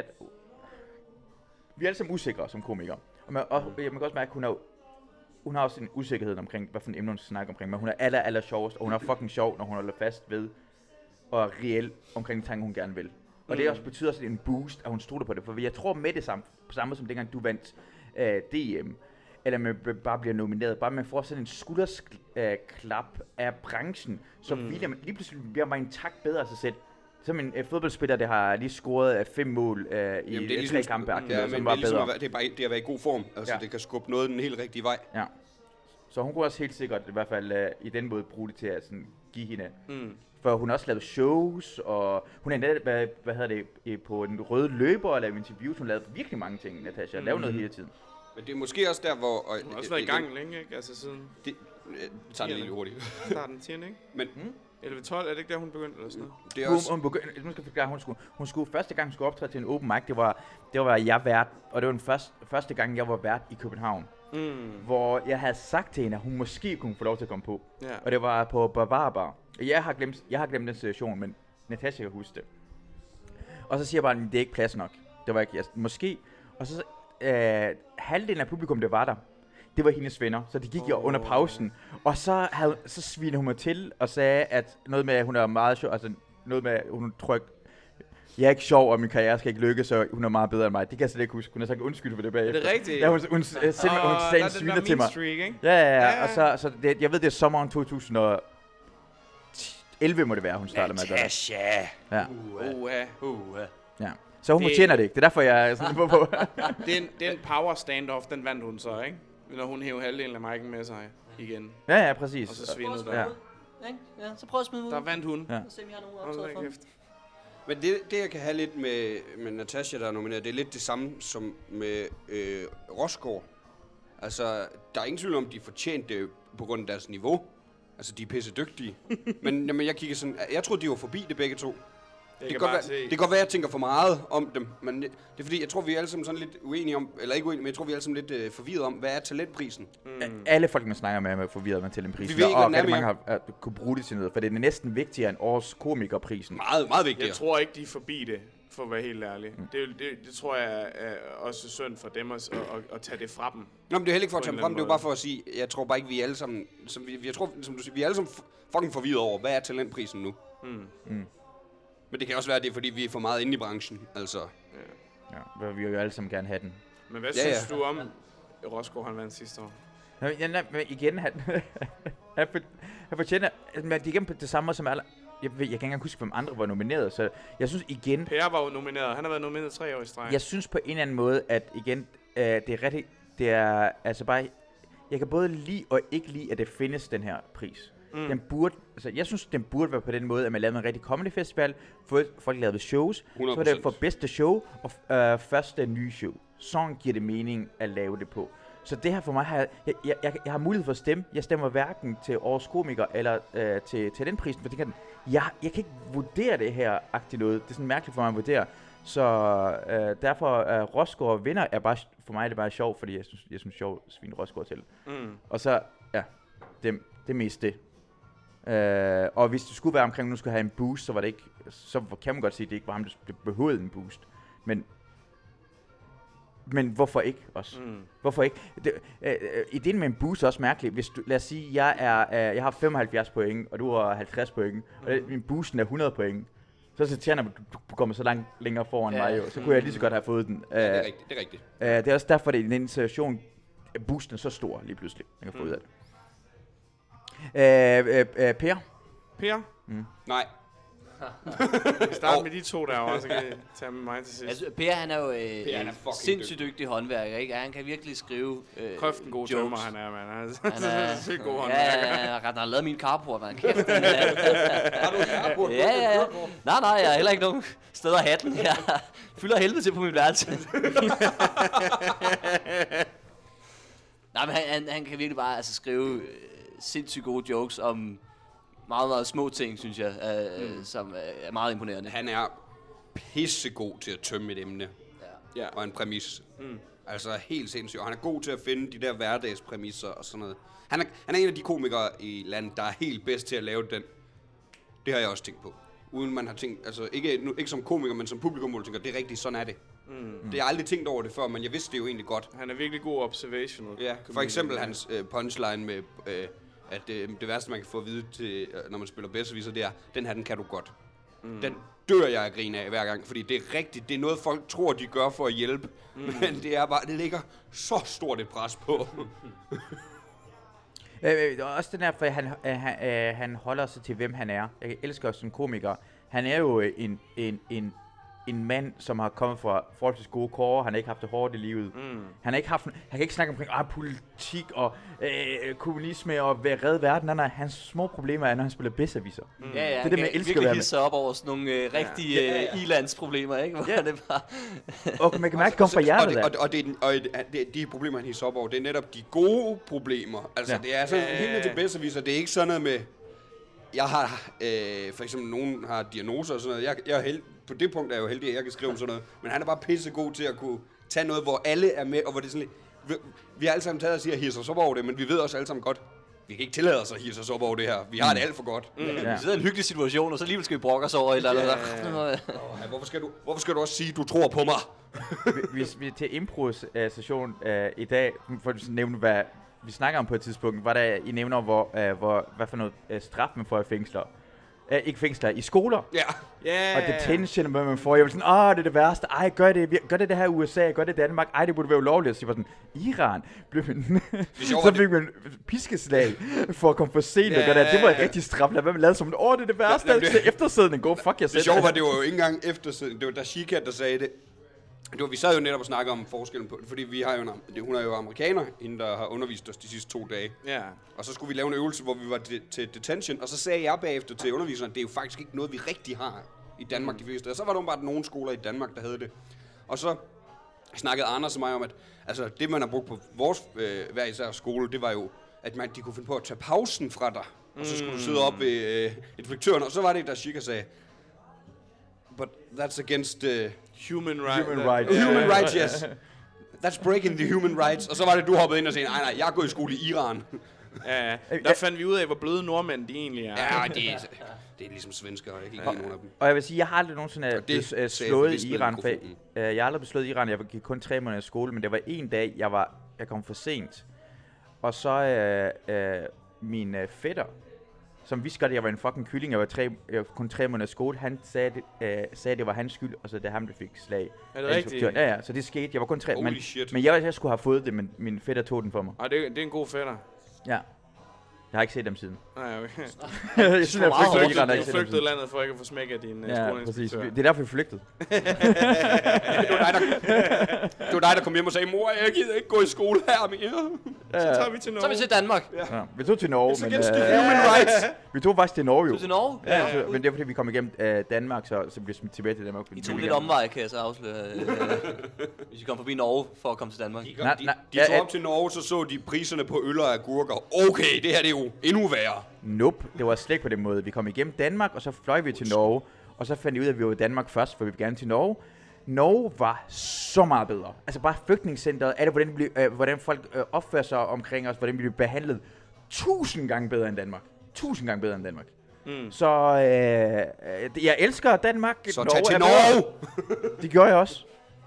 vi er alle sammen usikre som komikere. Og, man, og jeg kan også mærke, at hun, er, hun har også en usikkerhed omkring, hvad for en emne hun snakker omkring. Men hun er aller, aller sjovest, og hun er fucking sjov, når hun holder fast ved, og er reelt omkring de tanker, hun gerne vil. Og mm. det også betyder også en boost, at hun stoler på det. For jeg tror med det samme, på samme måde som dengang du vandt uh, D M, eller man b- bare bliver nomineret, bare man får sådan en skulderklap af branchen, så mm. lige, lige pludselig bliver man en tak bedre af sig selv. Som en uh, fodboldspiller, der har lige scoret uh, fem mål uh, i Jamen, det er tre ligesom, kampe, ja, som men det var er ligesom bedre. at være, det er bare det er at være i god form. Altså, Ja. det kan skubbe noget den helt rigtige vej. Ja. Så hun kunne også helt sikkert i hvert fald uh, i den måde bruge det til at sådan, give hende. Mm. For hun har også lavet shows, og hun er netop, hvad, hvad hedder det, eh, på den røde løber og lavet interviews. Hun lavede virkelig mange ting, Natasha. Laver noget hele tiden. Men det er måske også der, hvor... Og, Hun har også været i gang længe, ikke? Altså siden Det, øh, tager det lige hurtigt. starten tiende, ikke? Men elleve tolv, er det ikke der, hun begyndte eller sådan noget? det er Hun, også... hun, begyndte, nu skal jeg forklare, hun skulle, hun skulle første gang, hun skulle optræde til en open mic, det var, det var jeg vært, og det var den første, første gang, jeg var vært i København. Mm. Hvor jeg havde sagt til hende, at hun måske kunne få lov til at komme på. Ja. Og det var på Bavaria Bar. Jeg har glemt, jeg har glemt den situation, men Natasha kan huske det. Og så siger jeg bare, at det er ikke plads nok. Det var ikke, jeg, måske. Og så øh, halvdelen af publikum, det var der, det var hendes venner. Så de gik jo Oh. under pausen. Og så, havde, så svinede hun mig til og sagde, at noget med, at hun er meget sjov, altså noget med, at hun tror ikke, jeg er ikke sjov, og min karriere skal ikke lykkes, så hun er meget bedre end mig. Det kan jeg slet ikke huske. Hun har sagt undskyld for det bagefter. Er det rigtigt? Ja, hun, hun, hun, selv, hun sagde en der er den sviner der til mig. mean streak, ikke? Ja, ja, ja. Ja. Og så, så det, jeg ved, det er sommeren to tusind og elleve må det være, hun starter med at gøre det. Natasha. Ja, Uh, Uha. uh, uh. ja. Så hun Det- fortjener det ikke. Det er derfor, jeg er sådan på på. Den, den power standoff, den vandt hun så, ikke? Når hun hævde halvdelen af mic'en med sig igen. Ja, ja, præcis. Og så svinede Prøv der. at Ja. smide ud, ikke? Ja, så prøv at smide ud. Der vandt hun. Ja. Så se, om jeg har nogen Hold da optaget for. kæft. Men det, det, jeg kan have lidt med, med Natasha, der er nomineret, det er lidt det samme som med øh, Rosgaard. Altså, der er ingen tvivl om, de fortjente det på grund af deres niveau. Altså, de er pisse dygtige. men jamen, jeg kigger sådan... Jeg troede, de var forbi det begge to. Det kan, godt være, det kan godt være, at jeg tænker for meget om dem, men det, det er fordi, jeg tror, vi er alle sammen sådan lidt uenige om, eller ikke uenige, men jeg tror, vi er alle sammen lidt øh, forvirret om, hvad er talentprisen? Mm. Alle folk, man snakker med, er forvirret med talentprisen, vi ved ikke, og rigtig mange har uh, kunne bruge det til noget, for det er næsten vigtigere end årets komikerprisen. Meget, meget vigtigere. Jeg tror ikke, de er forbi det, for at være helt ærlig. Mm. Det, det, det tror jeg er også synd for dem at, at, at tage det fra dem. Nå, men det er heller ikke for at tage dem frem, det er jo bare for at sige, jeg tror bare ikke, vi er alle sammen, som vi, jeg tror, som du siger, vi er alle sammen fucking forvirret over, hvad er talentprisen nu? Mm. Mm. Men det kan også være, at det er, fordi vi er for meget inde i branchen, altså. Ja, ja, vi vil jo alle sammen gerne have den. Men hvad ja, synes ja. du om Rosgaard, han vandt sidste år? Ja, nej, men igen, han, han, for, han fortjener, men det er igen på det samme som alle. Jeg, jeg kan ikke engang huske, hvem andre var nomineret, så jeg synes igen... Per var jo nomineret, han har været nomineret tre år i streg. Jeg synes på en eller anden måde, at igen, øh, det er rigtig, det er altså bare, jeg kan både lide og ikke lide, at det findes, den her pris. Mm. Den burde, altså jeg synes, den burde være på den måde, at man lavede en rigtig comedy festival, folk lavede shows, hundrede procent. så var det for bedste show og øh, første nye show. Sådan giver det mening at lave det på. Så det her for mig, har jeg, jeg, jeg, jeg har mulighed for at stemme. Jeg stemmer hverken til årets komiker eller øh, til, til den prisen, for det kan, jeg, jeg kan ikke vurdere det her agtigt noget. Det er sådan mærkeligt for mig at vurdere. Så øh, derfor øh, Rosgaard vinder er bare, for mig er det bare sjovt, fordi jeg synes, jeg synes sjovt svin Rosgaard til. Mm. Og så, ja, det, det er mest det. Øh, og hvis det skulle være omkring, at nu skulle have en boost, så var det ikke, så kan man godt sige, at det ikke var ham, der behøvede en boost. Men Men hvorfor ikke også? Mm. Hvorfor ikke? Det, øh, øh, ideen med en boost er også mærkelig. Hvis du, lad os sige, jeg er, øh, jeg har femoghalvfjerds point, og du har halvtreds point, mm. og det, min boosten er hundrede point. Så er det irriterende, at du, du kommer så langt længere foran ja. mig, jo. Så kunne jeg lige så godt have fået den. Ja, det er rigtigt. Det er, rigtigt. Øh, det er også derfor, at i den situation, boosten er så stor lige pludselig. Jeg kan få mm. ud af det. Øh, øh, øh, Per? Per? Mm. Nej. Start med de to der, og så kan jeg tage med mig til sidst. Altså, Per, han er jo øh, Per, han er sindssygt dygtig håndværker, ikke? Han kan virkelig skrive øh, Kræft en god tømmer, han er, mand. Han er, han er sygt god håndværker. Ja, ja, ja, han har lavet min carport, man. Kæft, den er. Har du en carport? Ja, ja, ja. Nej, nej, jeg har heller ikke nogen steder at have den. Jeg fylder helvede til på mit værelse. Nej, men han, han, han kan virkelig bare altså, skrive øh, sindssygt gode jokes om meget, meget små ting, synes jeg, øh, mm. som er meget imponerende. Han er pissegod til at tømme et emne ja. Ja. og en præmis. Mm. Altså helt sindssygt. Han er god til at finde de der hverdagspræmisser og sådan noget. Han er, han er en af de komikere i landet, der er helt bedst til at lave den. Det har jeg også tænkt på. Uden man har tænkt, altså ikke, nu, ikke som komiker, men som publikum, tænker, det er rigtigt, sådan er det. Mm. Det har jeg aldrig tænkt over det før, men jeg vidste det jo egentlig godt. Han er virkelig god observational. Ja, for eksempel hans øh, punchline med... Øh, at det, det værste, man kan få at vide, til, når man spiller bedsteviser, det er, den her, den kan du godt. Mm. Den dør jeg at grine af hver gang, fordi det er rigtigt, det er noget, folk tror, de gør for at hjælpe, mm. men det er bare, det ligger så stort et pres på. øh, også den her, for han, øh, han, øh, han holder sig til, hvem han er. Jeg elsker også som komiker. Han er jo en, en, en en mand, som har kommet fra forholdsvis gode kåre. Han har ikke haft det hårdt i livet. Mm. Han har ikke haft, han kan ikke snakke omkring ah, politik og øh, kommunisme og redde verden. Nej, nej, hans små problemer er, når han spiller bedsteviser. Mm. Ja, ja, det er det, man elsker virkelig hisse op over sådan nogle øh, rigtige ja. øh, ilandsproblemer, ikke? Hvor ja. det bare og man kan mærke, at det kommer fra hjertet der. Og, og, og, det, og det, de problemer, han hisser op over, det er netop de gode problemer. Altså, ja. det er sådan, helt ned til bedsteviser. Det er ikke sådan noget med, jeg har, øh, for eksempel, nogen har diagnoser og sådan noget. Jeg, jeg er held, på det punkt er jeg jo heldig, at jeg kan skrive om sådan noget. Men han er bare pissegod til at kunne tage noget, hvor alle er med, og hvor det er sådan lidt... Vi, vi har alle sammen taget og siger, at hisse os op over det, men vi ved også alle sammen godt, vi kan ikke tillade os at hisse os op over det her. Vi har mm. det alt for godt. Mm. Ja. Vi sidder i en hyggelig situation, og så alligevel skal vi brokke os over et eller andet. Ja. Ja, hvorfor, skal du, hvorfor skal du også sige, at du tror på mig? Hvis vi er til impro-session uh, i dag, for at nævne, hvad vi snakker om på et tidspunkt, var der I nævner, hvor, uh, hvor, hvad for noget uh, straf man får i fængsler. Uh, ikke fængsler, i skoler. Ja. Yeah. Og detention, hvad man får. Jeg var sådan, åh, det er det værste. Ej, gør det, gør det det her i U S A, gør det Danmark. Ej, det burde være ulovligt. Så jeg var sådan, Iran. Så fik man piskeslag for at komme for sent yeah. og gøre det. Det var rigtig straffende. Hvad man lavede som, åh, det er det værste. Ja, det eftersidende, go fuck jer selv. Det sjove var, det var jo ikke engang eftersidende. Det var Dashika, der sagde det. Det var, vi sad jo netop og snakkede om forskellen på det, fordi vi har jo en, hun er jo amerikaner, hende der har undervist os de sidste to dage. Ja. Og så skulle vi lave en øvelse, hvor vi var de, til detention, og så sagde jeg bagefter til underviseren, det er jo faktisk ikke noget, vi rigtig har i Danmark mm. de fleste. Og så var der bare nogle skoler i Danmark, der havde det. Og så snakkede Anders og mig om, at altså, det man har brugt på vores øh, hver især skole, det var jo, at man, de kunne finde på at tage pausen fra dig, og så skulle mm. du sidde op ved øh, inspektøren, og så var det, der Chica sagde, but that's against the... Human, right, Human rights. Uh, human rights, yes. That's breaking the human rights. Og så var det, du hoppede ind og sagde, nej, nej, jeg er gået i skole i Iran. Ja, der fandt vi ud af, hvor bløde nordmænd de egentlig er. Ja, det er, det er ligesom svensker, og jeg kan ikke lide nogen af dem. Og jeg vil sige, jeg har aldrig nogensinde blevet uh, slået i Iran. For, uh, jeg har aldrig blevet slået i Iran. Jeg gik kun tre måneder i skole, men det var en dag, jeg var jeg kom for sent. Og så uh, uh, min uh, fætter, som vidste godt, at jeg var en fucking kylling, jeg var, tre, jeg var kun tre måneder i skole, han sagde, det, uh, sagde, at det var hans skyld, og så det er ham, der fik slag. Er det rigtigt? Ja, ja, så det skete. Jeg var kun tre, Holy men, shit. men jeg, jeg skulle have fået det, men min fætter tog den for mig. Og det, det er en god fætter. Ja. Jeg har ikke set dem siden. Nej, okay. jeg synes, jeg Du flygtede Iran, flygtede, du flygtede landet for ikke at få smæk af din uh, ja, præcis. skoleinspektør. Det er derfor, vi flygtede. det, var dig, der, det var dig, der kom hjem og sagde, mor, jeg gider ikke gå i skole her mere. Så tager vi til Norge. Så er vi til Danmark. Ja. Vi tog til Norge, men... against Uh, the human rights. vi tog faktisk til Norge, jo. Du til Norge? Ja, ja, så, men det er fordi, vi kom igennem uh, Danmark, så, så blev smidt tilbage til Danmark. I tog lidt omvej, kan jeg så afsløre. Øh, hvis I kom forbi Norge for at komme til Danmark. De, Nej, de, nej, de ja, tog ja. op til Norge, så så de priserne på øl og agurker. Okay, det her det er jo endnu værre. Nope, det var slet ikke på den måde. Vi kom igennem Danmark, og så fløj vi til Norge. Og så fandt vi ud af, at vi var i Danmark først, for vi ville gerne til Norge. Norge var så meget bedre. Altså bare flygtningscenteret, er det, hvordan, blev, øh, hvordan folk øh, opfører sig omkring os, hvordan vi blev behandlet tusind gange bedre end Danmark. Tusind gange bedre end Danmark. Mm. Så øh, jeg elsker Danmark. Så Norge tag til er Norge! bedre. Det gjorde jeg også.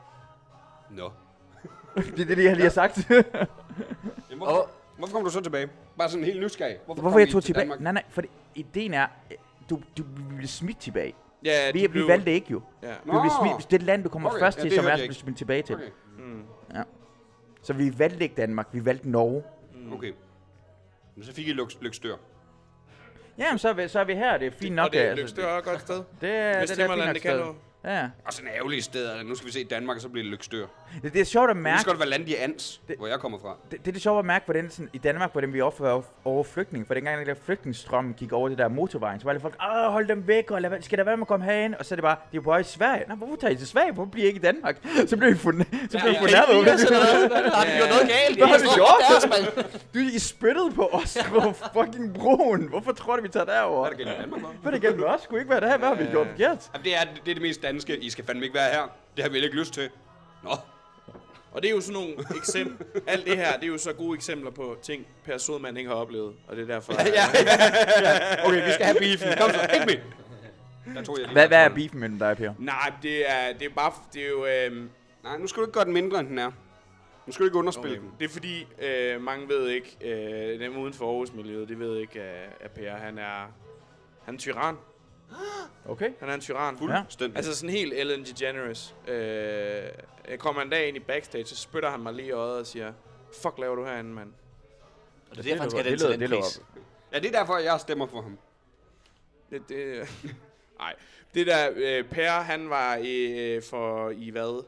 Nå. det er det, jeg lige har sagt. Hvorfor, hvorfor kom du så tilbage? Bare sådan helt nysgerrig. Hvorfor, Hvorfor kom jeg I tog til tilbage? Danmark? Nej, nej, for det, ideen er, øh, du, du blev smidt tilbage. Ja, Vi, de vi blev- valgte ikke jo. Ja. Vi blev smidt, hvis det land, du kommer Okay, først ja, til, det som hørte er, jeg så ikke. bliver smidt tilbage til. Okay. Mm. Ja. Så vi valgte ikke Danmark, vi valgte Norge. Okay. Men så fik I lyk- lykstør. Jamen, så er vi, så er vi her, det er fint nok. Og det er altså, Løgstør er et godt sted. det, det, er- Hvis det, det er Himmerland, fint det kan nok noget. sted. Ja. Og sådan en ærgerlig sted. Altså, nu skal vi se Danmark, og så bliver det lykstør. Det, det er sjovt at Det mærke, skal godt være landet i Ans, Det- hvor jeg kommer fra. det, det er det sjovt at mærke, hvordan sådan, i Danmark, hvordan vi opfører over flygtninge. For dengang, der flygtningestrøm gik over det der motorvejen, så var det folk, åh, hold dem væk, og lad, være- skal der være med at komme herind? Og så er det bare, de er på vej i Sverige. Nå, hvorfor tager I til Sverige? Hvorfor bliver I ikke i Danmark? Så bliver vi fundet, så bliver vi Ja, fornærmet. ja, over det. sådan noget. Har vi gjort noget galt? Hvad har vi Det er gjort? deres, mand. Du, I spyttede på os på fucking broen. Hvorfor tror du, vi tager derover? Hvad er det galt i Danmark, hva'? Hvad er det galt med os? Skulle ikke være der? Hvad har vi gjort forkert? Jamen, det er, det er det mest danske. I skal fandme ikke være her. Det har vi ikke lyst til. Nå. Og det er jo sådan nogle eksempler. Alt det her, det er jo så gode eksempler på ting, Per Sodman ikke har oplevet. Og det er derfor... Ja, ja, ja. Okay, vi skal have beefen. Kom så, ikke med. Der tog jeg lige Hvad, hvad er kontrollen. beefen mellem dig, Per? Nej, det er, det er bare... Det er jo... Øhm, Nej, nu skal du ikke gøre den mindre, end den er. Nu skal du ikke underspille okay. den. Det er fordi, øh, mange ved ikke, øh, dem uden for Aarhus-miljøet, de ved ikke, at, at Per, han er... Han er tyran. Okay. Han er en tyran. Fuldstændig. Altså sådan helt Ellen DeGeneres. Øh, jeg kommer en dag ind i backstage, så spytter han mig lige i øjet og siger, fuck laver du herinde, mand? Og det er derfor, han skal have det den lyder- til det den lyder pris. Ja, det er derfor, jeg stemmer for ham. Det, det, nej. Det der, øh, Per, han var øh, for i hvad?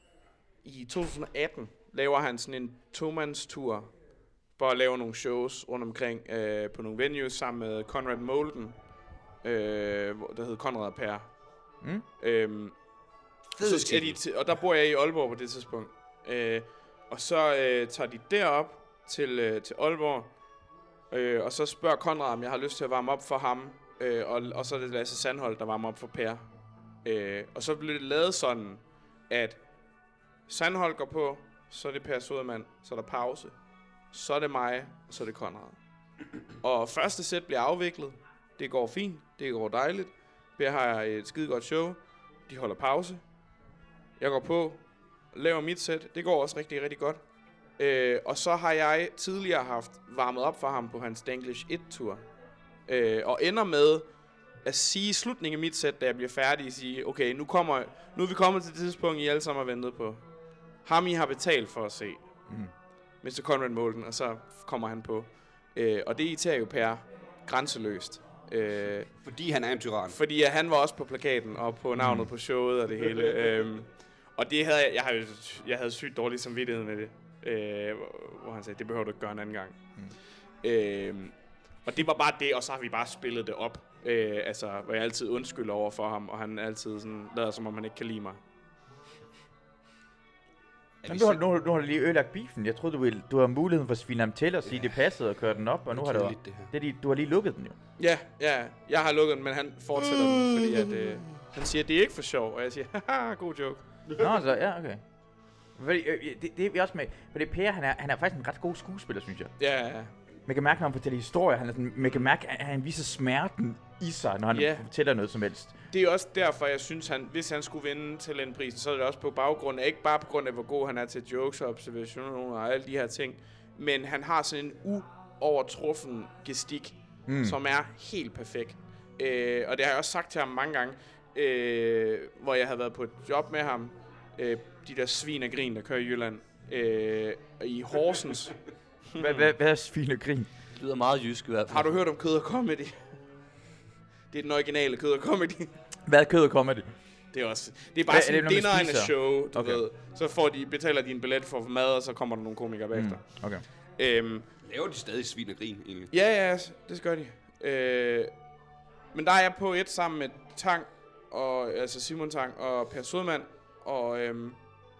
I to tusind atten laver han sådan en to-mands-tur for at lave nogle shows rundt omkring øh, på nogle venues sammen med Conrad Molden, øh, hvor- der hed Conrad og Per. Mm. Øhm, så skal de til, og der bor jeg i Aalborg på det tidspunkt. Øh, og så øh, tager de derop til, øh, til Aalborg, øh, og så spørger Conrad, om jeg har lyst til at varme op for ham. Øh, og, og så er det Lasse Sandholt, der varmer op for Per. Øh, og så blev det lavet sådan, at Sandholt går på, så er det Per Sodermann, så er der pause. Så er det mig, og så er det Conrad. Og første sæt bliver afviklet. Det går fint, det går dejligt. Per har et skide godt show. De holder pause. Jeg går på, laver mit sæt. Det går også rigtig, rigtig godt. Øh, og så har jeg tidligere haft varmet op for ham på hans Danglish et-tur. Øh, og ender med at sige i slutningen af mit sæt, da jeg bliver færdig, sige, okay, nu, kommer, nu er vi kommet til det tidspunkt, I alle sammen har ventet på. Ham, I har betalt for at se. Mm. mister Conrad Molden, og så kommer han på. Øh, og det irriterer jo Per grænseløst. Øh, Fordi han er en tyran. fordi at han var også på plakaten og på navnet mm. på showet og det hele. øhm, og det havde jeg, jeg havde, jeg havde sygt dårlig samvittighed med det. Øh, hvor- hvor han sagde, det behøver du ikke gøre en anden gang. Mm. Øhm, og det var bare det, og så har vi bare spillet det op. Øh, altså, hvor jeg altid undskylder over for ham, og han altid sådan lader, som om han ikke kan lide mig. Men du har, nu, nu har du lige ødelagt beefen. Jeg troede, du, ville, du har muligheden for at svine ham til og sige, det passede og køre den op, og nu har du... Lidt det her. Det er, de- du har lige lukket den jo. Ja, ja, jeg har lukket den, men han fortsætter den, fordi at... Øh, Han siger, det er ikke for sjov, og jeg siger, haha, god joke. Nå, så, ja, okay. Fordi, øh, det, det er vi også med, fordi Per, han er, han er faktisk en ret god skuespiller, synes jeg. Ja, ja. Man kan mærke, når han fortæller historier, han er sådan, man kan mærke, at han viser smerten i sig, når han Ja. fortæller noget som helst. Det er også derfor, jeg synes, han, hvis han skulle vinde talentprisen, så er det også på baggrund af, ikke bare på grund af, hvor god han er til jokes og observationer og alle de her ting, men han har sådan en uovertruffen gestik, mm. som er helt perfekt. Øh, og det har jeg også sagt til ham mange gange, øh, hvor jeg havde været på et job med ham, øh, de der svin og grin, der kører i Jylland, øh, i Horsens. Hvad, hvad, hvad er svin og grin? Det lyder meget jysk i hvert fald. Har du hørt om kød og comedy? Det er den originale kød og comedy. Hvad er kød og comedy? Det er også. Det er bare Hvad, sådan er en det, når man dinner and a spiser? show, du Okay. ved. Så får de, betaler de en billet for mad, og så kommer der nogle komikere bagefter. Mm, okay. Øhm, Laver de stadig svin og grin, egentlig? ja, ja, det gør de. Øh, men der er jeg på et sammen med Tang, og, altså Simon Tang og Per Sodman, og øhm,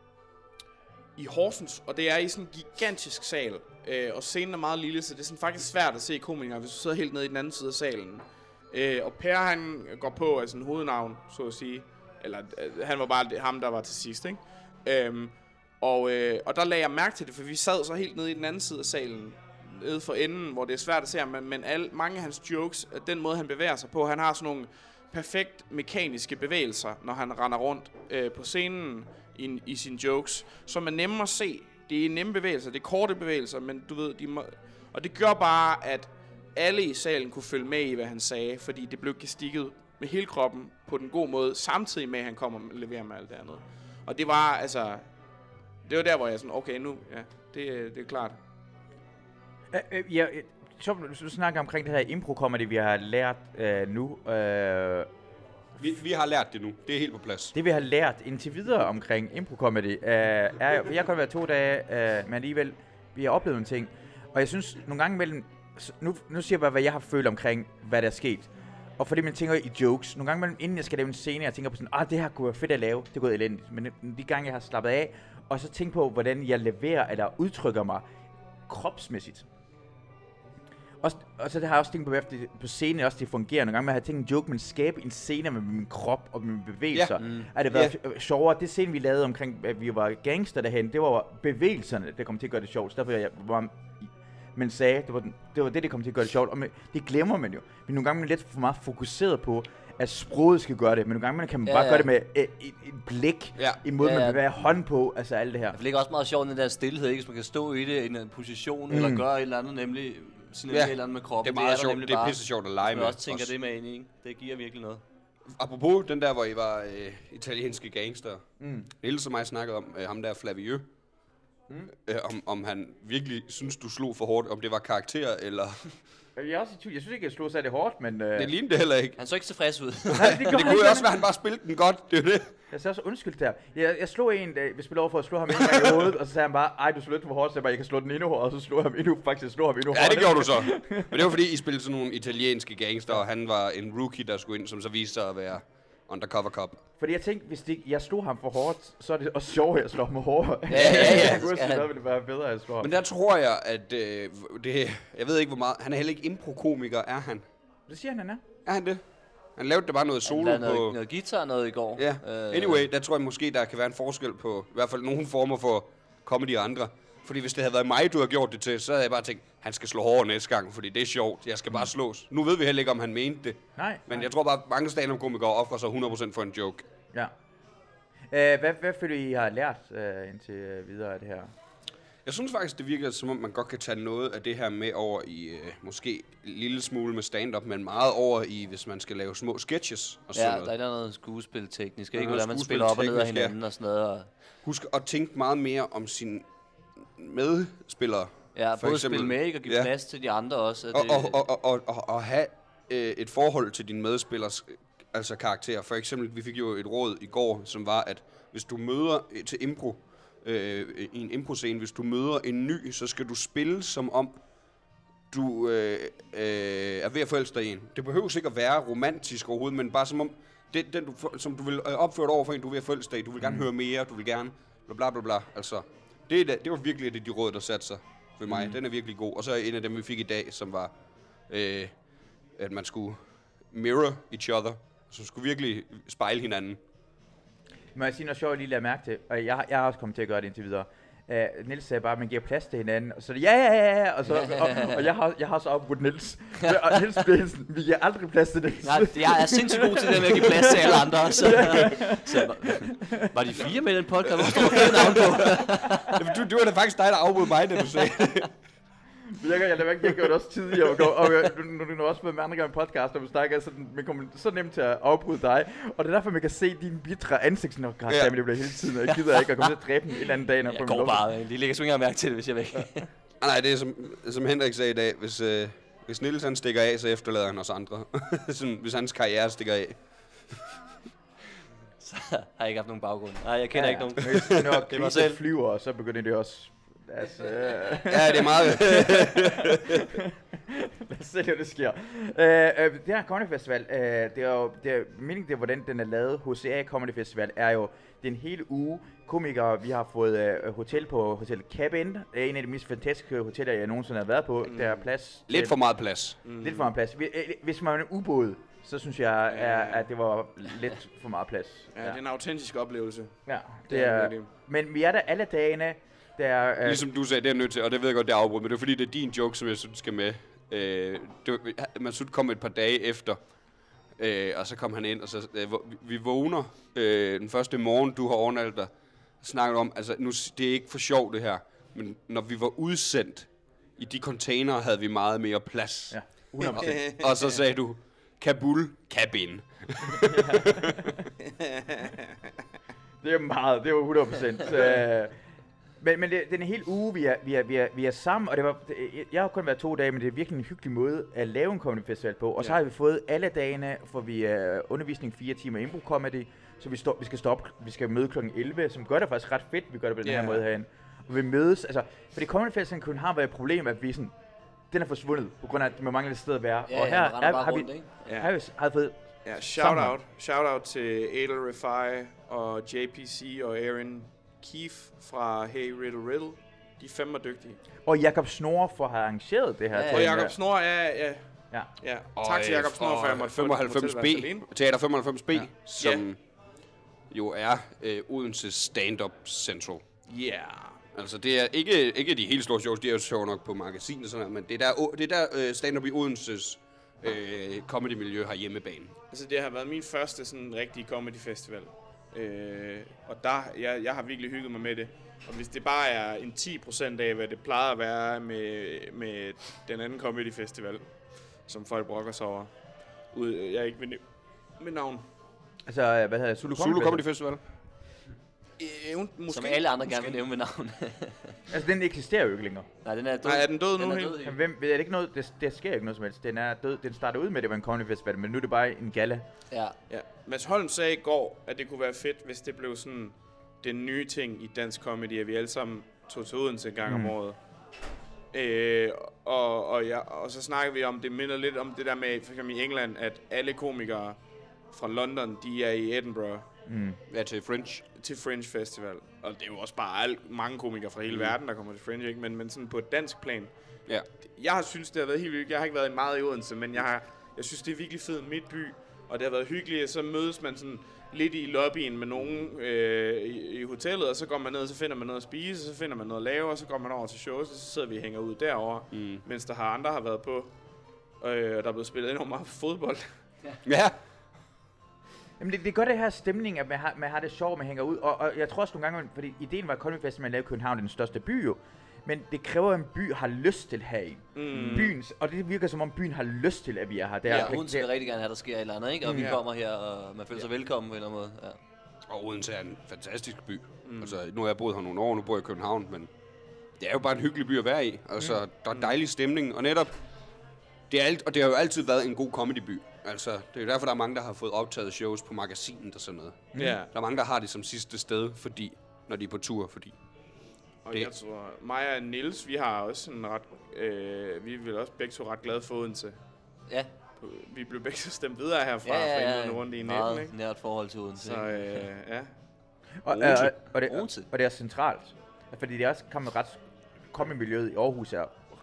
i Horsens, og det er i sådan en gigantisk sal, øh, og scenen er meget lille, så det er sådan faktisk svært at se komikere, hvis du sidder helt nede i den anden side af salen. Øh, og Per, han går på af sådan hovednavn, så at sige. Eller øh, han var bare det, ham, der var til sidst, ikke? Øhm, og, øh, og der lagde jeg mærke til det, for vi sad så helt nede i den anden side af salen, nede for enden, hvor det er svært at se ham, men, men alle, mange af hans jokes, den måde, han bevæger sig på, han har sådan nogle perfekt mekaniske bevægelser, når han render rundt øh, på scenen i, i sine jokes, som er nemme at se. Det er nemme bevægelser, det er korte bevægelser, men du ved, de må, og det gør bare, at alle i salen kunne følge med i, hvad han sagde, fordi det blev gestikket med hele kroppen på den gode måde, samtidig med, at han kommer og leverer med alt det andet. Og det var, altså, det var der, hvor jeg sådan, okay, nu, ja, det, det er klart. Øh, øh, ja, øh, så du snakker omkring det her impro-comedy, vi har lært øh, nu. Øh, Vi, vi har lært det nu. Det er helt på plads. det vi har lært indtil videre omkring impro-comedy, øh, er, jeg kan være to dage, øh, men alligevel, vi har oplevet en ting. Og jeg synes, nogle gange imellem, nu, nu siger jeg bare, hvad jeg har følt omkring, hvad der er sket. Og fordi man tænker i jokes, nogle gange imellem, inden jeg skal lave en scene, jeg tænker på sådan, ah, det her kunne være fedt at lave, det er gået elendigt. Men de gange, jeg har slappet af, og så tænker på, hvordan jeg leverer eller udtrykker mig kropsmæssigt. Og, og så det har jeg også tænkt på, efter på scenen også det fungerer. Nogle gange med at have tænkt en joke, men skabe en scene med min krop og mine bevægelser. Ja. Mm. Er det været yeah. sjovere? Det scene, vi lavede omkring, at vi var gangster derhen, det var bevægelserne, der kom til at gøre det sjovt. Derfor jeg var, men sagde, det var, den, det var det, der kom til at gøre det sjovt. Og med, det glemmer man jo. Men nogle gange er man lidt for meget fokuseret på, at sproget skal gøre det. Men nogle gange kan man ja, bare ja. gøre det med et, et, et blik, Ja. i måde Ja, man ja. bevæger hånden på, altså alt det her. Det ligger også meget sjovt, den der stillhed, ikke? Hvis man kan stå i det i en position, mm. eller gøre et eller andet, nemlig signalere Ja. et eller andet med kroppen. Det er meget der sjovt. nemlig Det er bare, pisse sjovt at lege hvis med. man også tænker også. det med ind i, ikke? Det giver virkelig noget. Apropos den der, hvor I var øh, italienske gangster. Mm. Niels og mig snakkede om øh, ham der Flavieux. Mm. Øh, om, om han virkelig synes, du slog for hårdt. Om det var karakter, eller... Jeg er også i tvivl. Jeg synes ikke, jeg slog særlig hårdt, men... Øh... Det lignede det heller ikke. Han så ikke tilfreds ud. Nej, det, Men det kunne jo også være, at han bare spillede den godt. Det er jo det. Jeg sagde også undskyld der. Jeg, jeg slog en dag, vi spillede over for at slå ham en gang i hovedet, og så sagde han bare, ej, du slog lidt for hårdt, så jeg bare, jeg kan slå den endnu hårdere, og så slog ham endnu, faktisk slog ham endnu Ja, hårdere. det gjorde du så. Men det var fordi, I spillede sådan nogle italienske gangster, og han var en rookie, der skulle ind, som så viste sig at være undercover cop. Fordi jeg tænkte, hvis det, jeg slog ham for hårdt, så er det også sjovt, at jeg slår ham hårdere. Ja, ja, ja, Jeg kunne skal sige, han. noget ville være bedre, at jeg slår ham. Men der tror jeg, at øh, det... Jeg ved ikke, hvor meget... Han er heller ikke impro-komiker, er han? Det siger han, han er. Er han det? Han lavede da bare noget solo Han lavede på... noget, noget guitar noget i går. Ja, Øh, anyway, der tror jeg måske, der kan være en forskel på... I hvert fald nogle former for comedy og andre. Fordi hvis det havde været mig, du havde gjort det til, så havde jeg bare tænkt, han skal slå hårdere næste gang, fordi det er sjovt. Jeg skal bare slås. Nu ved vi heller ikke, om han mente det. Nej. Men nej. jeg tror bare, at mange stand-up-komikere offrer sig hundrede procent for en joke. Ja. Uh, hvad, hvad føler I har lært uh, indtil uh, videre af det her? Jeg synes faktisk, det virker som om, man godt kan tage noget af det her med over i, øh, måske en lille smule med stand-up, men meget over i, hvis man skal lave små sketches og sådan Ja, noget. der er noget skuespilteknisk, Der er ikke? noget Hvordan man spiller op og ned af skuespilteknisk, ja. hinanden og sådan noget. Og, Husk at tænke meget mere om sine medspillere. ja, For både eksempel- spille med, ikke? Og give ja. plads til de andre også. Og, det, og, og, og, og, og, og have øh, et forhold til dine medspillers øh, altså karakter. For eksempel, vi fik jo et råd i går, som var, at hvis du møder øh, til impro, øh, i en impro-scene, hvis du møder en ny, så skal du spille som om, du øh, øh, er ved at forelske dig i en. Det behøver ikke at være romantisk overhovedet, men bare som om, det, den, du, for- som du vil øh, opføre dig over for en, du er ved at forelske dig i. Du vil gerne mm. høre mere, du vil gerne bla bla bla bla. Altså, det, er da- det var virkelig et af de råd, der satte sig ved mig. Mm. Den er virkelig god. Og så en af dem, vi fik i dag, som var, øh, at man skulle mirror each other. Så skulle virkelig spejle hinanden. Må jeg sige noget sjovt, jeg lige lader mærke til, og jeg, jeg har også kommet til at gøre det indtil videre. Uh, Niels sagde bare, at man giver plads til hinanden, og så ja, ja, ja, ja, og, så, og, og jeg, har, jeg har så opbudt Niels. Og Niels bliver sådan, vi giver aldrig plads til Niels. Nej, jeg er sindssygt god til det med at give plads til alle andre. Så, så var, var de fire med i den podcast? Hvor står der fire navn på? du, du var da faktisk dig, der afbrød mig, da du sagde Jeg, jeg, jeg, jeg gjorde det også tidligere, og, og nu er du også med andre gange podcast, og vi snakker, så man kommer så nemt til at afbryde dig. Og det er derfor, man kan se din bitre ansigt, når ja. Det bliver hele tiden, og jeg gider ikke at komme til at dræbe den en eller anden dag. Når jeg går bare, de lægger så ikke mærke til det, hvis jeg er væk. Ja. Nej, det er som, som Henrik sagde i dag, hvis, øh, hvis Niels han stikker af, så efterlader han os andre. Sådan, hvis hans karriere stikker af. Så har jeg ikke haft nogen baggrund. Nej, jeg kender ja, ja. ikke nogen. Når det var selv flyver, og så begynder det også. Altså, øh. ja, det er meget. Lad os se, hvad det sker. Øh, øh, det her Comedy Festival, øh, det er jo, det er, meningen det er, hvordan den er lavet. H C A Comedy Festival er jo, det er en hel uge komikere. Vi har fået øh, hotel på Hotel Cabin. Det er en af de mest fantastiske hoteller, jeg nogensinde har været på. Mm. Der er plads. Lidt til, for meget plads. Mm. Lidt for meget plads. Hvis man er en ubåd, så synes jeg, er, at det var lidt for meget plads. Ja, ja. Det er en autentisk oplevelse. Ja, det, det er, er men vi er der alle dagene. Der, øh, ligesom du sagde, det er nødt til, og det ved jeg godt, det er afbrudt, men det er fordi, det er din joke, som jeg synes skal med. Øh, det, man synes kom et par dage efter, øh, og så kom han ind, og så øh, vi vågner øh, den første morgen, du har overnattet dig, snakker om, altså nu, det er ikke for sjov det her, men når vi var udsendt i de containere, havde vi meget mere plads. Ja, hundrede procent. Og så sagde du, Kabul, cabin. Det er meget, det var hundrede procent. Men, men det, det er en hel uge, vi er, vi er, vi er, vi er sammen, og det var, det, jeg har kun været to dage, men det er virkelig en hyggelig måde at lave en comedy festival på. Og ja. Så har vi fået alle dagene, for vi er undervisning fire timer impro comedy, så vi, stå, vi skal stoppe, vi skal møde klokken elleve, som gør det faktisk ret fedt, vi gør det på den yeah. her måde herinde. Og vi mødes, altså, fordi comedy festival kunne have været et problem, at vi sådan, den er forsvundet, på grund af, at man mangler et sted at være. Ja, og her ja, er, har vi, rundt, ja. har vi har fået ja, shout out, shout out til Adel Refai og J P C og Aaron Keefe fra Hey Riddle Riddle. De er fandme dygtige. Og Jakob Snore for at have arrangeret det her. Ja, og Jakob Snore, ja, ja. Ja. ja. Tak til Jakob Snore, for at jeg måtte femoghalvfems B, Teater femoghalvfems B, ja. Som ja. jo er øh, Odense Stand-Up Central. Ja. Yeah. Altså, det er ikke, ikke de helt store shows, de er jo sjove nok på magasin og sådan noget, men det er der, det er der uh, stand-up i Odenses uh, comedy-miljø har hjemmebane. Altså, det har været min første sådan rigtige comedy-festival. Øh, og der, jeg, jeg har virkelig hygget mig med det. Og hvis det bare er en ti procent af, hvad det plejer at være med, med den anden comedy-festival, som folk brokker sig over, ud, jeg er ikke ved, med navn. Altså, hvad hedder det? Zulu, Zulu Comedy Festival? Øh, måske, som alle andre måske. gerne vil nævne med navn. Altså, den eksisterer jo ikke længere. Nej, den er død. Nej, er den død nu? Den er død, Hvem, er det ikke noget, det, det sker ikke noget som helst. Den er død. Den startede ud med, at det var en comedy festival, men nu er det bare en gala. Ja. ja. Mads Holm sagde i går, at det kunne være fedt, hvis det blev sådan den nye ting i dansk comedy, at vi alle sammen tog til Odense en gang mm. om året. Øh, og, og, ja, og så snakker vi om, det minder lidt om det der med, for eksempel i England, at alle komikere fra London, de er i Edinburgh. Mm. Ja, til Fringe. Til Fringe Festival. Og det er jo også bare alle, mange komikere fra hele mm. verden, der kommer til Fringe, ikke? Men, men sådan på et dansk plan. Ja. Jeg har synes det har været helt vildt. Jeg har ikke været meget i Odense, men jeg, har, jeg synes, det er virkelig fedt midtby. Og det har været hyggeligt. Så mødes man sådan lidt i lobbyen med nogen øh, i, i hotellet, og så går man ned, og så finder man noget at spise, og så finder man noget at lave, og så går man over til shows, og så sidder vi og hænger ud derovre, mm. mens der har andre har været på. Øh, og der er blevet spillet enormt meget fodbold. Ja. Ja. Jamen det, det gør det her stemning, at man har, man har det sjovt, man hænger ud, og, og jeg tror også nogle gange, fordi ideen var, at Comedy Festival lavede København, den største by jo, men det kræver, at en by har lyst til at have en. Mm. Byens, og det virker som om byen har lyst til, at vi er her. Det er ja, Odense vil rigtig gerne have, at der sker et eller andet, ikke? Og mm. vi ja. kommer her, og man føler sig ja. velkommen på en eller anden måde. Ja. Og Odense er en fantastisk by. Mm. Altså, nu har jeg boet her nogle år, nu bor jeg i København, men det er jo bare en hyggelig by at være i. Altså, mm. der er dejlig stemning, og netop, det er alt, og det har jo altid været en god comedyby. Altså, det er jo derfor, der er mange, der har fået optaget shows på magasinet og sådan noget. Mm. Yeah. Der er mange, der har det som sidste sted, fordi, når de er på tur, fordi... Og det. Jeg tror, mig og Niels, vi har også en ret... Øh, vi er vel også begge to ret glade for Odense. Ja. Vi blev begge så stemt videre herfra, ja, ja, ja. fra rundt i meget nitten, ikke? nært forhold til Odense. Så øh, ja. Og, øh, og, det, og, og det er centralt, fordi det er også kommet ret... Comedy-miljøet i Aarhus er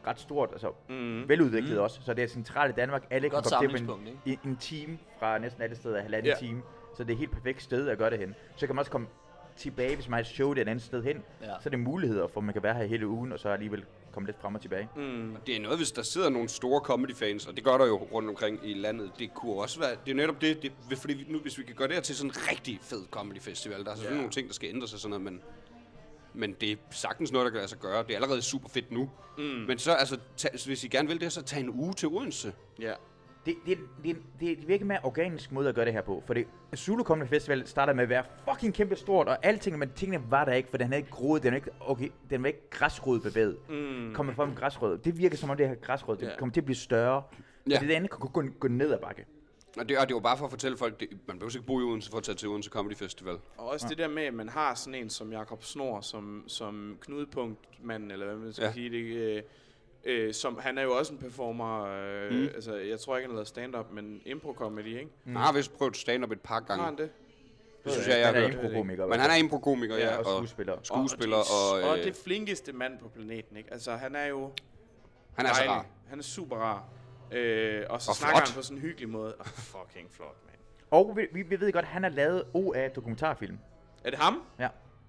ret stort, altså Mm. veludviklet Mm. også. Så det er centralt i Danmark. Alle kan Godt komme til på samlingspunkt, en, en, en time fra næsten alle steder, halvanden Ja. time. Så det er et helt perfekt sted at gøre det hen. Så kan man også komme tilbage, hvis man har et show det et andet sted hen. Ja. Så er det muligheder for, at man kan være her hele ugen, og så alligevel komme lidt frem og tilbage. Mm. Det er noget, hvis der sidder nogle store comedy-fans, og det gør der jo rundt omkring i landet. Det kunne også være, det er netop det, det fordi vi, nu, hvis vi kan gøre det her til sådan en rigtig fed comedy-festival, der er selvfølgelig Ja. nogle ting, der skal ændres og sådan noget, men, men det er sagtens noget, der kan lade sig gøre. Det er allerede super fedt nu. Mm. Men så, altså, tag, hvis I gerne vil det, så tag en uge til Odense. Ja. Det, det, det, det, det virker mere organisk måde at gøre det her på, for det Zulu Comedy Festival startede med at være fucking kæmpe stort, og alting, men tingene var der ikke, for den havde ikke groet, den var ikke, okay, den var ikke græsrod bevæget. Mm. Kommer fra en græsrod. Det virker som om det her græsrod, det Ja. kommer til at blive større. Ja. Ja. Og det andet kan gå, gå ned ad bakke. Og det, og det var bare for at fortælle folk, det, man behøver ikke bo i Odense for at tage til Odense Comedy Festival. Og også ja. det der med, at man har sådan en som Jakob Snor, som, som knudepunktmand, eller hvad man skal Ja. ja. sige det, øh, øh, som, han er jo også en performer, øh, Mm. mm. altså jeg tror ikke, han har lavet stand-up, men impro-comedy, ikke? Mm. Han har vist prøvet stand-up et par gange. Har han det? Det synes jeg, jeg han har er hørt. impro-komiker. Men han er impro-komiker, ja, Ja, og skuespiller. skuespiller, og, og, og, og øh, det flinkeste mand på planeten, ikke? Altså han er jo han er så dejlig. rar. Han er super rar. Øh, og så Og snakker flot. han på sådan en hyggelig måde. Oh, fucking flot, mand. Og vi, vi, vi ved godt, at han har lavet O A dokumentarfilm. Er det ham? Ja.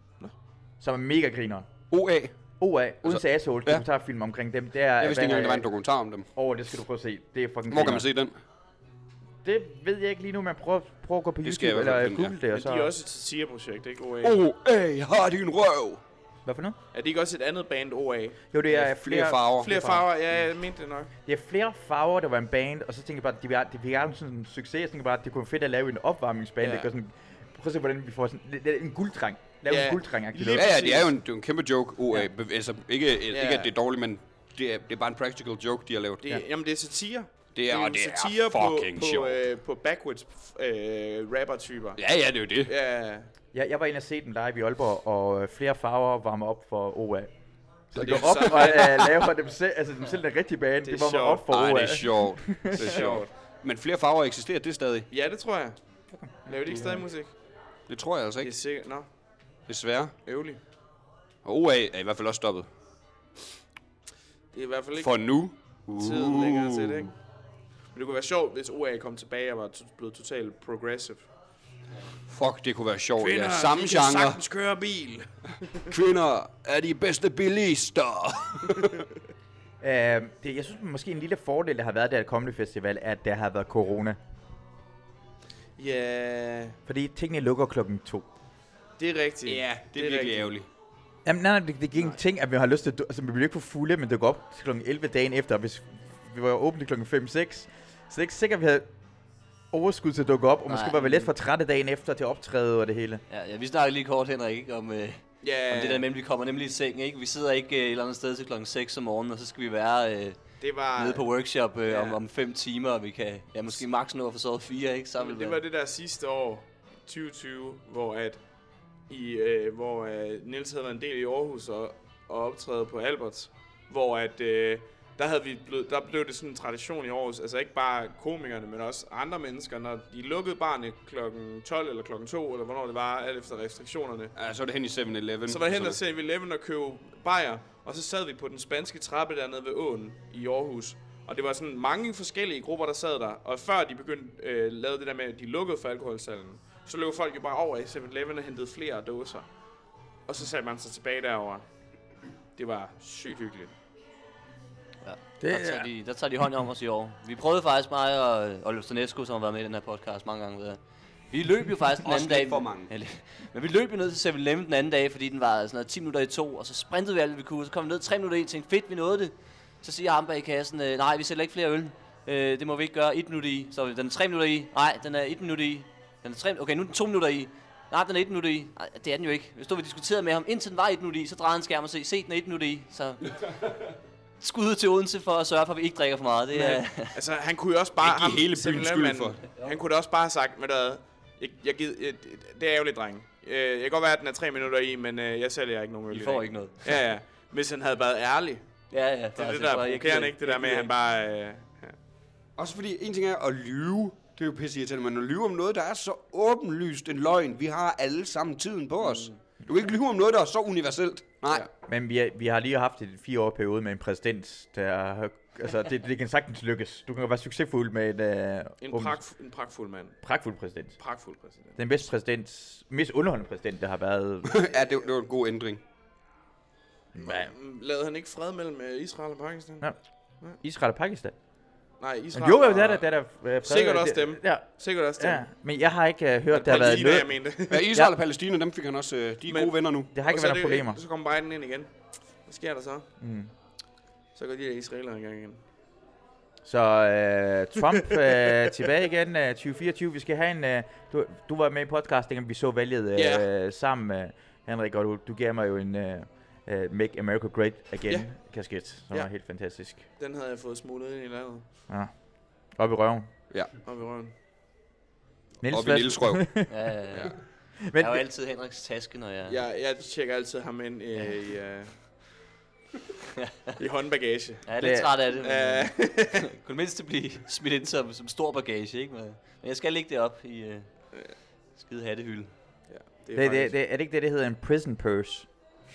Som er mega griner. O A. O A, Odense Asshole, ja. dokumentarfilm omkring dem. Det er, Jeg vidste ikke engang, der var en dokumentar om dem. Åh, oh, det skal du prøve at se. Det er fucking Hvor kan griner. man se den? Det ved jeg ikke lige nu, men prøv, prøv at gå på Det skal jeg YouTube i hvert fald eller finde, google ja. det. Og Men så... de er også et satireprojekt, ikke? O A. O A har din røv. Hvad for noget? Er det ikke også et andet band, O A? Jo, det er Flere flere, farver. Flere farver, ja, jeg mente det nok. det er flere farver, der var en band, og så tænkte jeg bare, at de, var- de fik aldrig sådan en succes. Jeg tænkte bare, at det kunne være fedt at lave en opvarmningsband. Ja. Ja. Sådan, prøv at se, hvordan vi får sådan lidt- lidt en guldtrang. Lave Ja. en guldtrang-agtig Lige noget. Ja, ja, det er jo en, det er jo en kæmpe joke, O A. Ja. Be- Altså, ikke, ikke Ja. at det er dårligt, men det er, det er bare en practical joke, de har lavet. Det, Ja. Jamen, det er satire. Det er, jo og det satire er fucking på, på, sjovt. øh, på backwards øh, rapper-typer. Ja, ja, det er jo det. Ja, Ja, jeg var inde og se den live i Aalborg, og øh, flere farver varmer op for O A. Så Og de det går er op så- og uh, laver dem selv, altså dem selv den rigtige bane, Det det, er det varmer sjovt. op for Ej, O A. det er sjovt. Det er sjovt. Men flere farver eksisterer det stadig? ja, det tror jeg. Laver de ikke stadig musik? Det tror jeg altså Det er ikke. sikkert. Nå, Desværre. ærgerligt. Og O A er i hvert fald også stoppet. Det er i hvert fald ikke For nu. tid længere til det, ikke? Men det kunne være sjovt, hvis O A kom tilbage og var to- blevet totalt progressive. Fuck, det kunne være sjovt. Ja, samme de kan genre. sagtens køre bil. Kvinder er de bedste bilister. Uh, det, jeg synes måske en lille fordel, der har været der at Comedy Festival, er, at der har været corona. Ja, Fordi tingene lukker klokken to. det er rigtigt. Ja, det er, Det er virkelig rigtigt. ærgerligt. Jamen, nej, nej, det, det er ikke en ting, at vi har lyst til at... du- Altså, vi bliver ikke for fulde, men det går op til klokken elleve dagen efter, hvis vi var åbne til klokken fem seks. Så det er ikke sikkert, at vi havde overskud til at dukke op, og måske Nej. var vi lidt for trætte dagen efter til optræde og det hele. Ja, ja, vi snakker lige kort, Henrik, ikke, om, øh, Ja, om det der med, at vi kommer nemlig i seng, ikke? Vi sidder ikke øh, et eller andet sted til klokken seks om morgenen, og så skal vi være øh, det var, nede på workshop øh, ja. om, om fem timer, og vi kan ja, måske maks nå at få sovet fire, ikke? Så vil det var det der sidste år, tyve tyve, hvor at i øh, hvor øh, Niels havde været en del i Aarhus og, og optræde på Alberts, hvor at øh, der havde vi blevet, der blev det sådan en tradition i Aarhus, altså ikke bare komikerne, men også andre mennesker, når de lukkede barnet klokken tolv eller klokken to, eller hvornår det var, alt efter restriktionerne. Ja, så er det hen i seven eleven. Så var det hen og seven eleven og købe bajer, og så sad vi på den spanske trappe dernede ved åen i Aarhus. Og det var sådan mange forskellige grupper, der sad der. Og før de begyndte øh, lavede det der med, at de lukkede for alkoholsalgen, så løb folk jo bare over i seven eleven og hentede flere dåser. Og så satte man sig tilbage derover. Det var sygt hyggeligt. Ja. Det Der, tager de, der tager de hånd om os i år. Vi prøvede faktisk mig og Oliver Stanescu, som har været med i den her podcast mange gange. Ved jeg. Vi løb jo faktisk den Også anden dag. lidt for mange. Ja, lidt. Men vi løb jo ned til seven eleven den anden dag, fordi den var sådan noget ti minutter i to, og så sprintede vi alt, hvad vi kunne. Så kom vi ned tre minutter i, og tænkte, fedt, vi nåede det. Så siger ham bag i kassen, øh, nej, vi sælger ikke flere øl. Øh, det må vi ikke gøre. Et minut i. Så den er tre minutter i. Nej, den er et minut i. Den er tre, okay, nu er den to minutter i. Nej, den er et minut i. Nej, det er den jo ikke. Vi stod og diskuterede med ham, indtil den var et minut i, så drejede han skærm og se, se, den er et minut i. Så skud til Odense for at sørge for, at vi ikke drikker for meget. Det er... Altså, han kunne jo også bare... Ikke give ham, hele byen seven skyld eleven for. Han kunne da også bare have sagt, med det, jeg, jeg gider, jeg, det er ærgerligt, dreng. Øh, Jeg kan godt være, at den er tre minutter i, men øh, jeg sælger ikke nogen øl I i får dag. ikke noget. Ja, ja. Hvis han havde været ærlig. Ja, ja. Det er det, der er provokerende, ikke? Det der med, at han bare... Øh, Også fordi en ting er at lyve Det er jo pisseirriterende, men at lyve om noget, der er så åbenlyst en løgn. Vi har alle sammen tiden på os. Du kan ikke lyve om noget, der er så universelt. Nej. Ja. Men vi, er, vi har lige haft et fire år periode med en præsident, der... Altså, det, det kan sagtens lykkes. Du kan være succesfuld med en... Uh, en, pragt, en pragtfuld mand. Pragtfuld præsident. Pragtfuld præsident. Den bedste præsident, mest underholdende præsident, der har været... Ja, det, det var en god ændring. Hvad? Lavede han ikke fred mellem Israel og Pakistan? Ja. Israel og Pakistan? Nej, Israel jo, jo, det er der, der, der fred. Sikkert også dem. Ja. Sikkert også dem. Ja. Men jeg har ikke uh, hørt, der har været noget. Jeg mente. Ja, Israel og Palæstina, dem fik han også, uh, de er men, gode venner nu. Det har ikke været nogen problemer. Så kommer Biden ind igen. Hvad sker der så? Mm. Så går de der israelere i gang igen. Så uh, Trump uh, tilbage igen uh, tyve fireogtyve. Vi skal have en... Uh, du, du var med i podcasting, vi så valget uh, yeah. sammen, uh, Henrik, og du, du gav mig jo en... Uh, Uh, Make America Great Again yeah. kasket, som yeah. er helt fantastisk. Den havde jeg fået smuglet ind i landet. Ja. Op i røven. Ja. Op i røven. Niels Op i Niels røv. ja, ja, ja. Men jeg har jo altid Henriks taske, når jeg... Ja, jeg tjekker altid ham ind i, ja. i, uh, i håndbagage. Ja, jeg er lidt træt af det, men uh, kunne mindst blive smidt ind som, som stor bagage, ikke? Men jeg skal lægge det op i uh, skide hattehylde. Ja, det er, det, det, det, er det ikke det, det hedder en prison purse?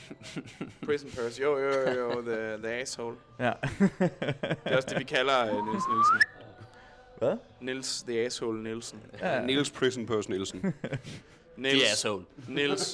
Prison purse, jo, jo, jo, the, the asshole. Ja. Det er også det, vi kalder uh, Niels Nielsen. Hvad? Niels, the asshole Nielsen. Ja. Niels prison purse Nielsen. Niels, the asshole. Niels,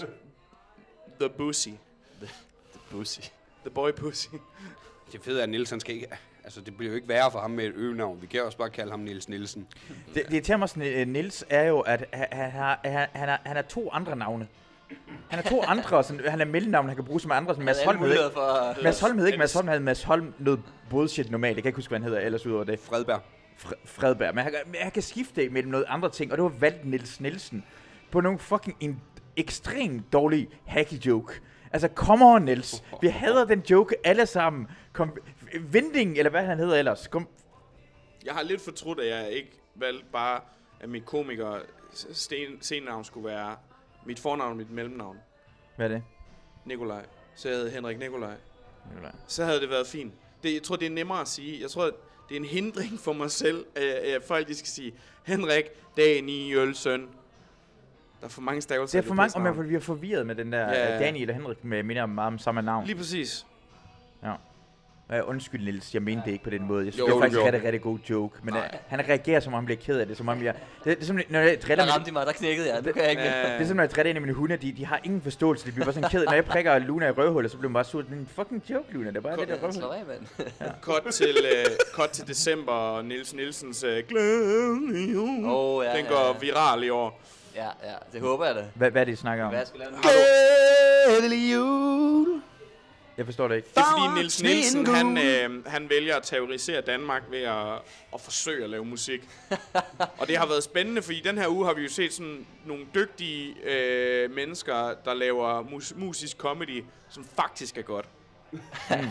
the bussy. The, the bussy. The boy pussy. Det fede er, at Niels, han skal ikke... Altså, det bliver jo ikke værre for ham med et øgenavn. Vi kan også bare kalde ham Niels Nielsen. Det, det irriterer mig sådan, uh, Niels er jo, at han, han, har, han, han, har, han har to andre navne. Han har to andre, sådan, han er mellemnavn, han kan bruge som andre, sådan Mads Holm hed ikke. For... Mads Holm hed ikke, Mads Holm havde Mads Holm noget bullshit normalt, jeg kan ikke huske, hvad han hedder ellers ud over det. Fredberg. Fre- Fredberg, men han, han kan skifte mellem noget andre ting, og det var valgt Niels Nielsen på nogle fucking en ekstremt dårlig hacky joke. Altså, come on, Niels. Vi hader den joke alle sammen. Kom, Vinding, eller hvad han hedder ellers. Kom. Jeg har lidt fortrudt, at jeg ikke valgte bare, at mit komiker scenenavn skulle være mit fornavn og mit mellemnavn. Hvad er det? Nikolaj. Så jeg hed Henrik Nikolaj. Nikolaj. Så havde det været fint. Det, jeg tror, det er nemmere at sige. Jeg tror, det er en hindring for mig selv, at, at folk de skal sige, Henrik Danielsen. Der er for mange stavelser. Det er for mange, og man bliver forvirret med den der ja. Daniel og Henrik med minder meget om samme navn. Lige præcis. Ja. Uh, undskyld, Niels, jeg mente det ikke på den måde. Jeg synes, jo, det er faktisk jo. en rigtig, rigtig god joke. Men uh, han reagerer, som om han bliver ked af det. Som om jeg... Det, det er som, når jeg driller... Der ramte mig, der knækkede jeg. Nu kan jeg ikke... Det, det er som, når jeg driller en af mine hunde. De, de har ingen forståelse. De bliver bare sådan ked. Når jeg prikker Luna i røvhullet, så bliver man bare sur. Det er en fucking joke, Luna. Det er bare Cut, det der røvhul. Af, mand. Ja. Cut, til, uh, cut til december, og Niels Nielsens uh, glædelig jul. Oh, ja, den ja, går ja. viral i år. Ja, ja. Det håber jeg da. Hvad, hvad er det, I snakker om? Hvad skal jeg lave? Glædelig jul. Jeg forstår det ikke. Det er fordi Niels Nielsen, han, øh, han vælger at terrorisere Danmark ved at, at forsøge at lave musik. Og det har været spændende, fordi den her uge har vi jo set sådan nogle dygtige øh, mennesker, der laver mus- musisk comedy, som faktisk er godt. Mm.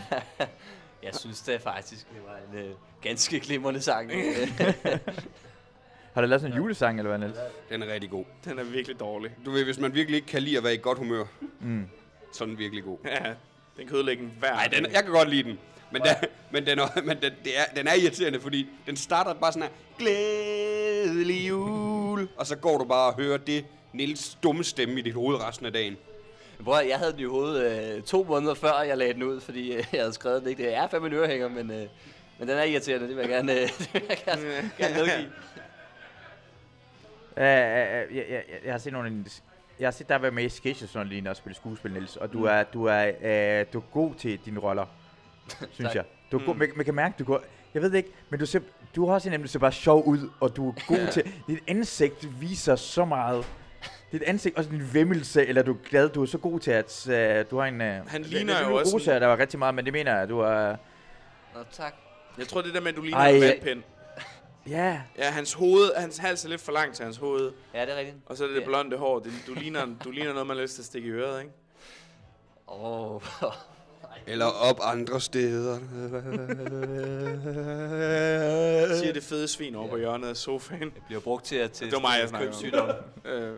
Jeg synes det faktisk, det var en øh, ganske glimrende sang. Har du lavet sådan en julesang, eller hvad, Niels? Den er rigtig god. Den er virkelig dårlig. Du ved, hvis man virkelig ikke kan lide at være i godt humør, mm. så er den virkelig god. Ja, den kan ødelægge en hver. Nej, jeg kan godt lide den. Men, den, men, den, er, men den, det er, den er irriterende, fordi den starter bare sådan her, glædelig jul, og så går du bare og hører det Niels dumme stemme i dit hoved resten af dagen. Bror, jeg havde den i hovedet øh, to måneder før, jeg lagde den ud, fordi øh, jeg havde skrevet den ikke. Det er fandme en ørehænger, men, øh, men den er irriterende, det vil jeg gerne, øh, det vil jeg gerne, gerne medgive. Uh, uh, jeg, jeg, jeg har set nogle... Jeg har set dig være med i sketches, sådan lige, og spille skuespil, Niels. Og du er, du er, uh, du er god til dine roller, synes jeg. Du er god, man, man kan mærke, du går... Jeg ved det ikke, men du, ser, du har også nemlig så bare sjov ud, og du er god ja. til... Dit ansigt viser så meget. Dit ansigt, også din vimmelse, eller du er glad, du er så god til, at uh, du har en... Uh, Han ligner det, jo også... Rosa, der var rigtig meget, men det mener jeg, du er... Nå, tak. Jeg tror, det der med, at du ligner Ej, en vatpind. Ja. Ja, hans hoved, hans hals er lidt for langt til hans hoved. Ja, det er rigtigt. Og så er det det ja. blonde hår. Det, du, ligner, du ligner noget, man har lyst til at stikke i øret, ikke? Åh... Oh. Eller op andre steder. Siger det fede svin over på hjørnet af sofaen. Det bliver brugt til at teste det var mig, jeg snakker om. øh.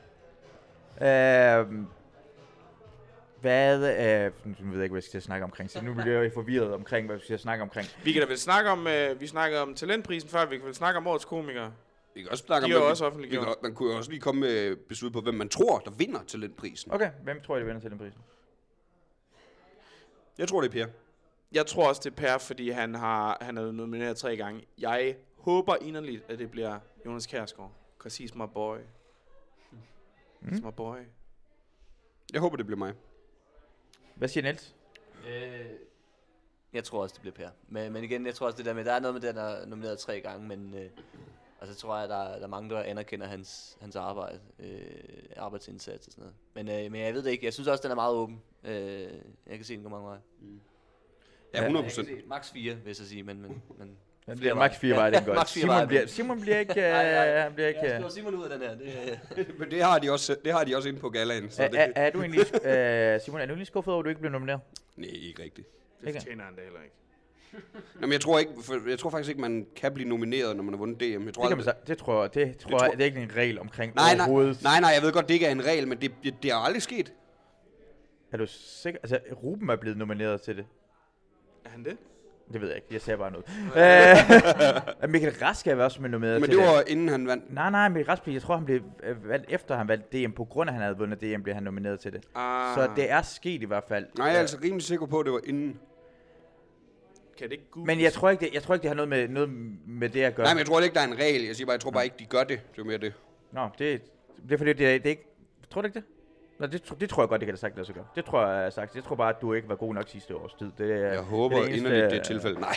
øh, hvad... Øh, nu ved jeg ikke, hvad jeg skal snakke omkring. Så nu bliver jeg forvirret omkring, hvad vi skal snakke omkring. Vi kan da vel snakke om... Øh, vi snakkede om talentprisen før. Vi kan vel snakke om årets komiker. Vi kan også snakke De om, er at også vi- offentliggjort. vi kan- Man kunne jo også lige komme med besud på, hvem man tror, der vinder talentprisen. Okay, hvem tror I, der vinder talentprisen? Jeg tror, det er Per. Jeg tror også, det er Per, fordi han har han er nomineret tre gange. Jeg håber inderligt, at det bliver Jonas Kjærsgaard. Cause he's my boy. He's my boy. Jeg håber, det bliver mig. Hvad siger Niels? Øh, jeg tror også, det bliver Per. Men, men igen, jeg tror også, det der med, der er noget med det, der er nomineret tre gange, men øh, altså, tror jeg, der er, der er mange, der anerkender hans, hans arbejde, øh, arbejdsindsats og sådan noget. Men, øh, men jeg ved det ikke. Jeg synes også, den er meget åben. Øh, jeg kan se, den går mange veje. Ja, hundrede Jeg procent. kan se, max fire, vil jeg så sige, men... men, men Ja, det flere er max fire veje. veje, det er Ja, godt. max fire Simon veje. bliver, Simon bliver ikke... Uh, Nej, nej. han bliver ikke Jeg uh, skriver Simon ud af den her. Det, Men det har de også, det har de også inde på galaen. Så er, det, er, er du egentlig, uh, Simon, er du egentlig skuffet over, at du ikke blev nomineret? nej, ikke rigtigt. Det Ikke? fortjener han da heller ikke. Nå, men jeg tror ikke, for jeg tror faktisk ikke, man kan blive nomineret, når man har vundet D M. Jeg tror Det kan man aldrig- sige. Det tror jeg, det tror tror- jeg, det er ikke en regel omkring Nej, nej, overhovedet. nej, nej, jeg ved godt, det ikke er en regel, men det, det, det har aldrig sket. Er du sikker? Altså, Ruben er blevet nomineret til det. Er han det? Det ved jeg ikke, jeg ser bare noget. Øh, Michael Rask er også nomineret Men til det det. var inden han vandt. Nej, nej, Michael Rask, jeg tror, han blev øh, valgt efter, han valgte D M. På grund af, at han havde vundet D M, blev han nomineret til det. Ah, Så det er sket i hvert fald. Nej, jeg er altså rimelig sikker på, at det var inden. Kan det ikke googles? Men jeg tror ikke, det, jeg tror ikke, det har noget med, noget med det at gøre. Nej, men jeg tror ikke, der er en regel. Jeg siger bare, jeg tror bare ikke, de gør det. Det er mere det. Nå, det, det er fordi, det er, det er ikke... Tror du ikke det? Nå, det, tro- det tror jeg godt, det kan da sagt lade sig gøre. Det tror jeg, jeg har sagt. Jeg tror bare, at du ikke var god nok sidste års tid. Det, er- Jeg håber det er det eneste- inderligt, det er tilfældet. Nej.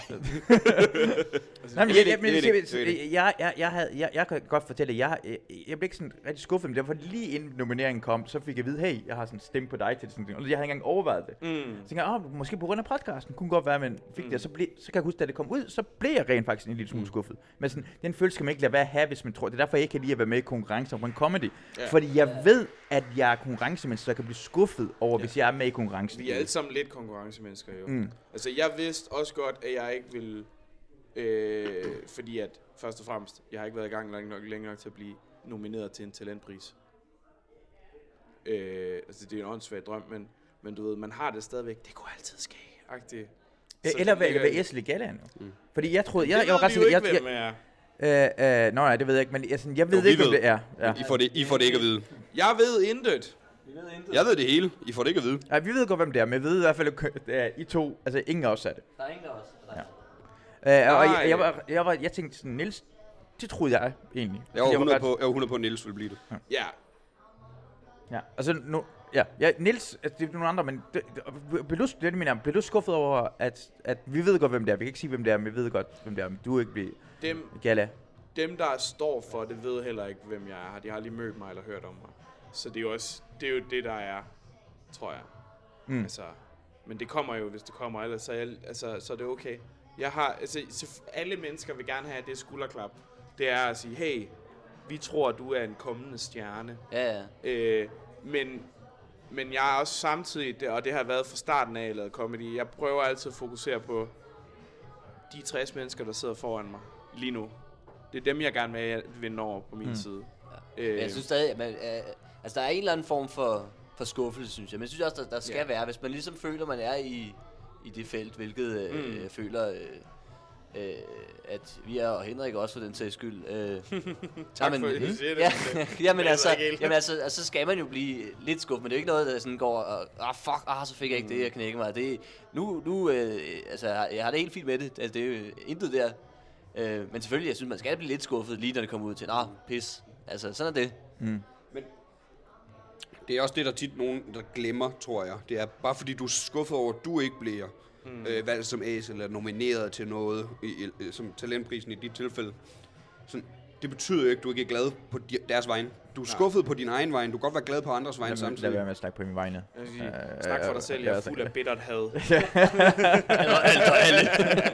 Nej, men Det er jeg, det, jeg, men det er jeg, det, det er jeg, jeg, jeg, jeg, havde, jeg, jeg kan godt fortælle, at jeg, jeg, jeg blev ikke sådan rigtig skuffet, men det var lige inden nomineringen kom, så fik jeg at vide, hey, jeg har sådan stemt på dig til sådan ting. Og jeg havde ikke engang overvejet det. Mm. Så tænkte jeg, oh, måske på grund af podcasten, kunne godt være, men fik mm. det, og så, ble, så kan jeg huske, da det kom ud, så blev jeg rent faktisk en lille smule skuffet. Men sådan, den følelse skal man ikke lade være at have, hvis man tror. Det er derfor, jeg ikke kan lide at være med i konkurrencer på en comedy. Ja. Fordi jeg ved, at jeg er konkurrencemenneske, så jeg kan blive skuffet over, hvis jeg er med i konkurrencen. Vi er alle sammen lidt konkurrencemennesker jo. Mm. Altså, jeg vidste også godt, at jeg ikke ville... Øh, fordi at, først og fremmest, jeg har ikke været i gang længe nok, længe nok til at blive nomineret til en talentpris. Øh, altså, det er en åndssvag drøm, men, men du ved, man har det stadigvæk. Det kunne altid ske, agtigt. Ja, Så eller det hvad, ligger- hvad Esli Gallaen jo. Mm. Fordi jeg troede, jeg, det jeg var ved ret vi jo sikker, ikke, jeg, hvem er. jeg, øh, øh, nej, det ved jeg ikke, men jeg, sådan, jeg ved Jo, vi ikke, hvem ved. det er. Ja. I får det, I får det ikke at vide. Jeg ved intet. Jeg ved det hele. I får det ikke at vide. Ja, vi ved godt, hvem det er, men jeg ved i hvert fald, at det er I to, altså ingen af os er det. der er ingen der også. Ja. Øh, og Nej. jeg, jeg, var, jeg, var, jeg tænkte sådan, Niels, det troede jeg egentlig. Jeg var Fordi hundrede ret- på, jeg var hundrede på, at Niels ville blive det. Ja. Ja, altså nu, ja, ja Niels, altså, det er nogle andre, men det, det, blev, du, det, mener, jeg, blev du skuffet over, at, at vi ved godt, hvem det er. Vi kan ikke sige, hvem det er, men vi ved godt, hvem det er. Men du er ikke blive Dem, Galla. dem, der står for det, ved heller ikke, hvem jeg er. De har aldrig mødt mig eller hørt om mig. Så det er jo også, det er jo det, der er, tror jeg. Mm. Altså, men det kommer jo, hvis det kommer, ellers så er, jeg, altså, så er det okay. Jeg har, altså, så alle mennesker vil gerne have det skulderklap. Det er at sige, hey, vi tror, du er en kommende stjerne. Ja, ja. Øh, men, men jeg er også samtidig, og det har været fra starten af, jeg lavede comedy, jeg prøver altid at fokusere på de tres mennesker, der sidder foran mig lige nu. Det er dem, jeg gerne vil vinde over på min mm. side. Ja. Øh, Men jeg synes stadig, at man, øh, altså, der er en eller anden form for, for skuffelse, synes jeg. Men jeg synes også, der, der skal Ja. være, hvis man ligesom føler, man er i, i det felt, hvilket øh, Mm. jeg føler, øh, øh, at vi er, og Henrik også for den sags skyld. Øh, tak jamen, for, at du siger det. ja, men det- jamen, det er altså, ikke helt. jamen altså, altså, så skal man jo blive lidt skuffet, men det er jo ikke noget, der sådan går, og, ah fuck, ah, så fik jeg ikke det, jeg knækker mig. Det, nu, nu øh, altså, jeg har- jeg har det helt fint med det, altså, det er jo intet der. Øh, men selvfølgelig, jeg synes, man skal blive lidt skuffet, lige når det kommer ud til, nah, pis. Altså, sådan er det. Mm. Det er også det, der tit nogen, der glemmer, tror jeg. Det er bare fordi, du er skuffet over, at du ikke bliver mm. øh, valgt som ace eller nomineret til noget, i, i, som talentprisen i dit tilfælde. Sådan, det betyder jo ikke, at du ikke er glad på de, deres vegne. Du er skuffet på din egen vegne. Du kan godt være glad på andres vegne Lad, lad samtidig. være med at snakke på min vegne. Jeg vil sige, Øh, Snak for øh, dig selv, ja, jeg er altså- fuld af bittert had. Eller alt og alle.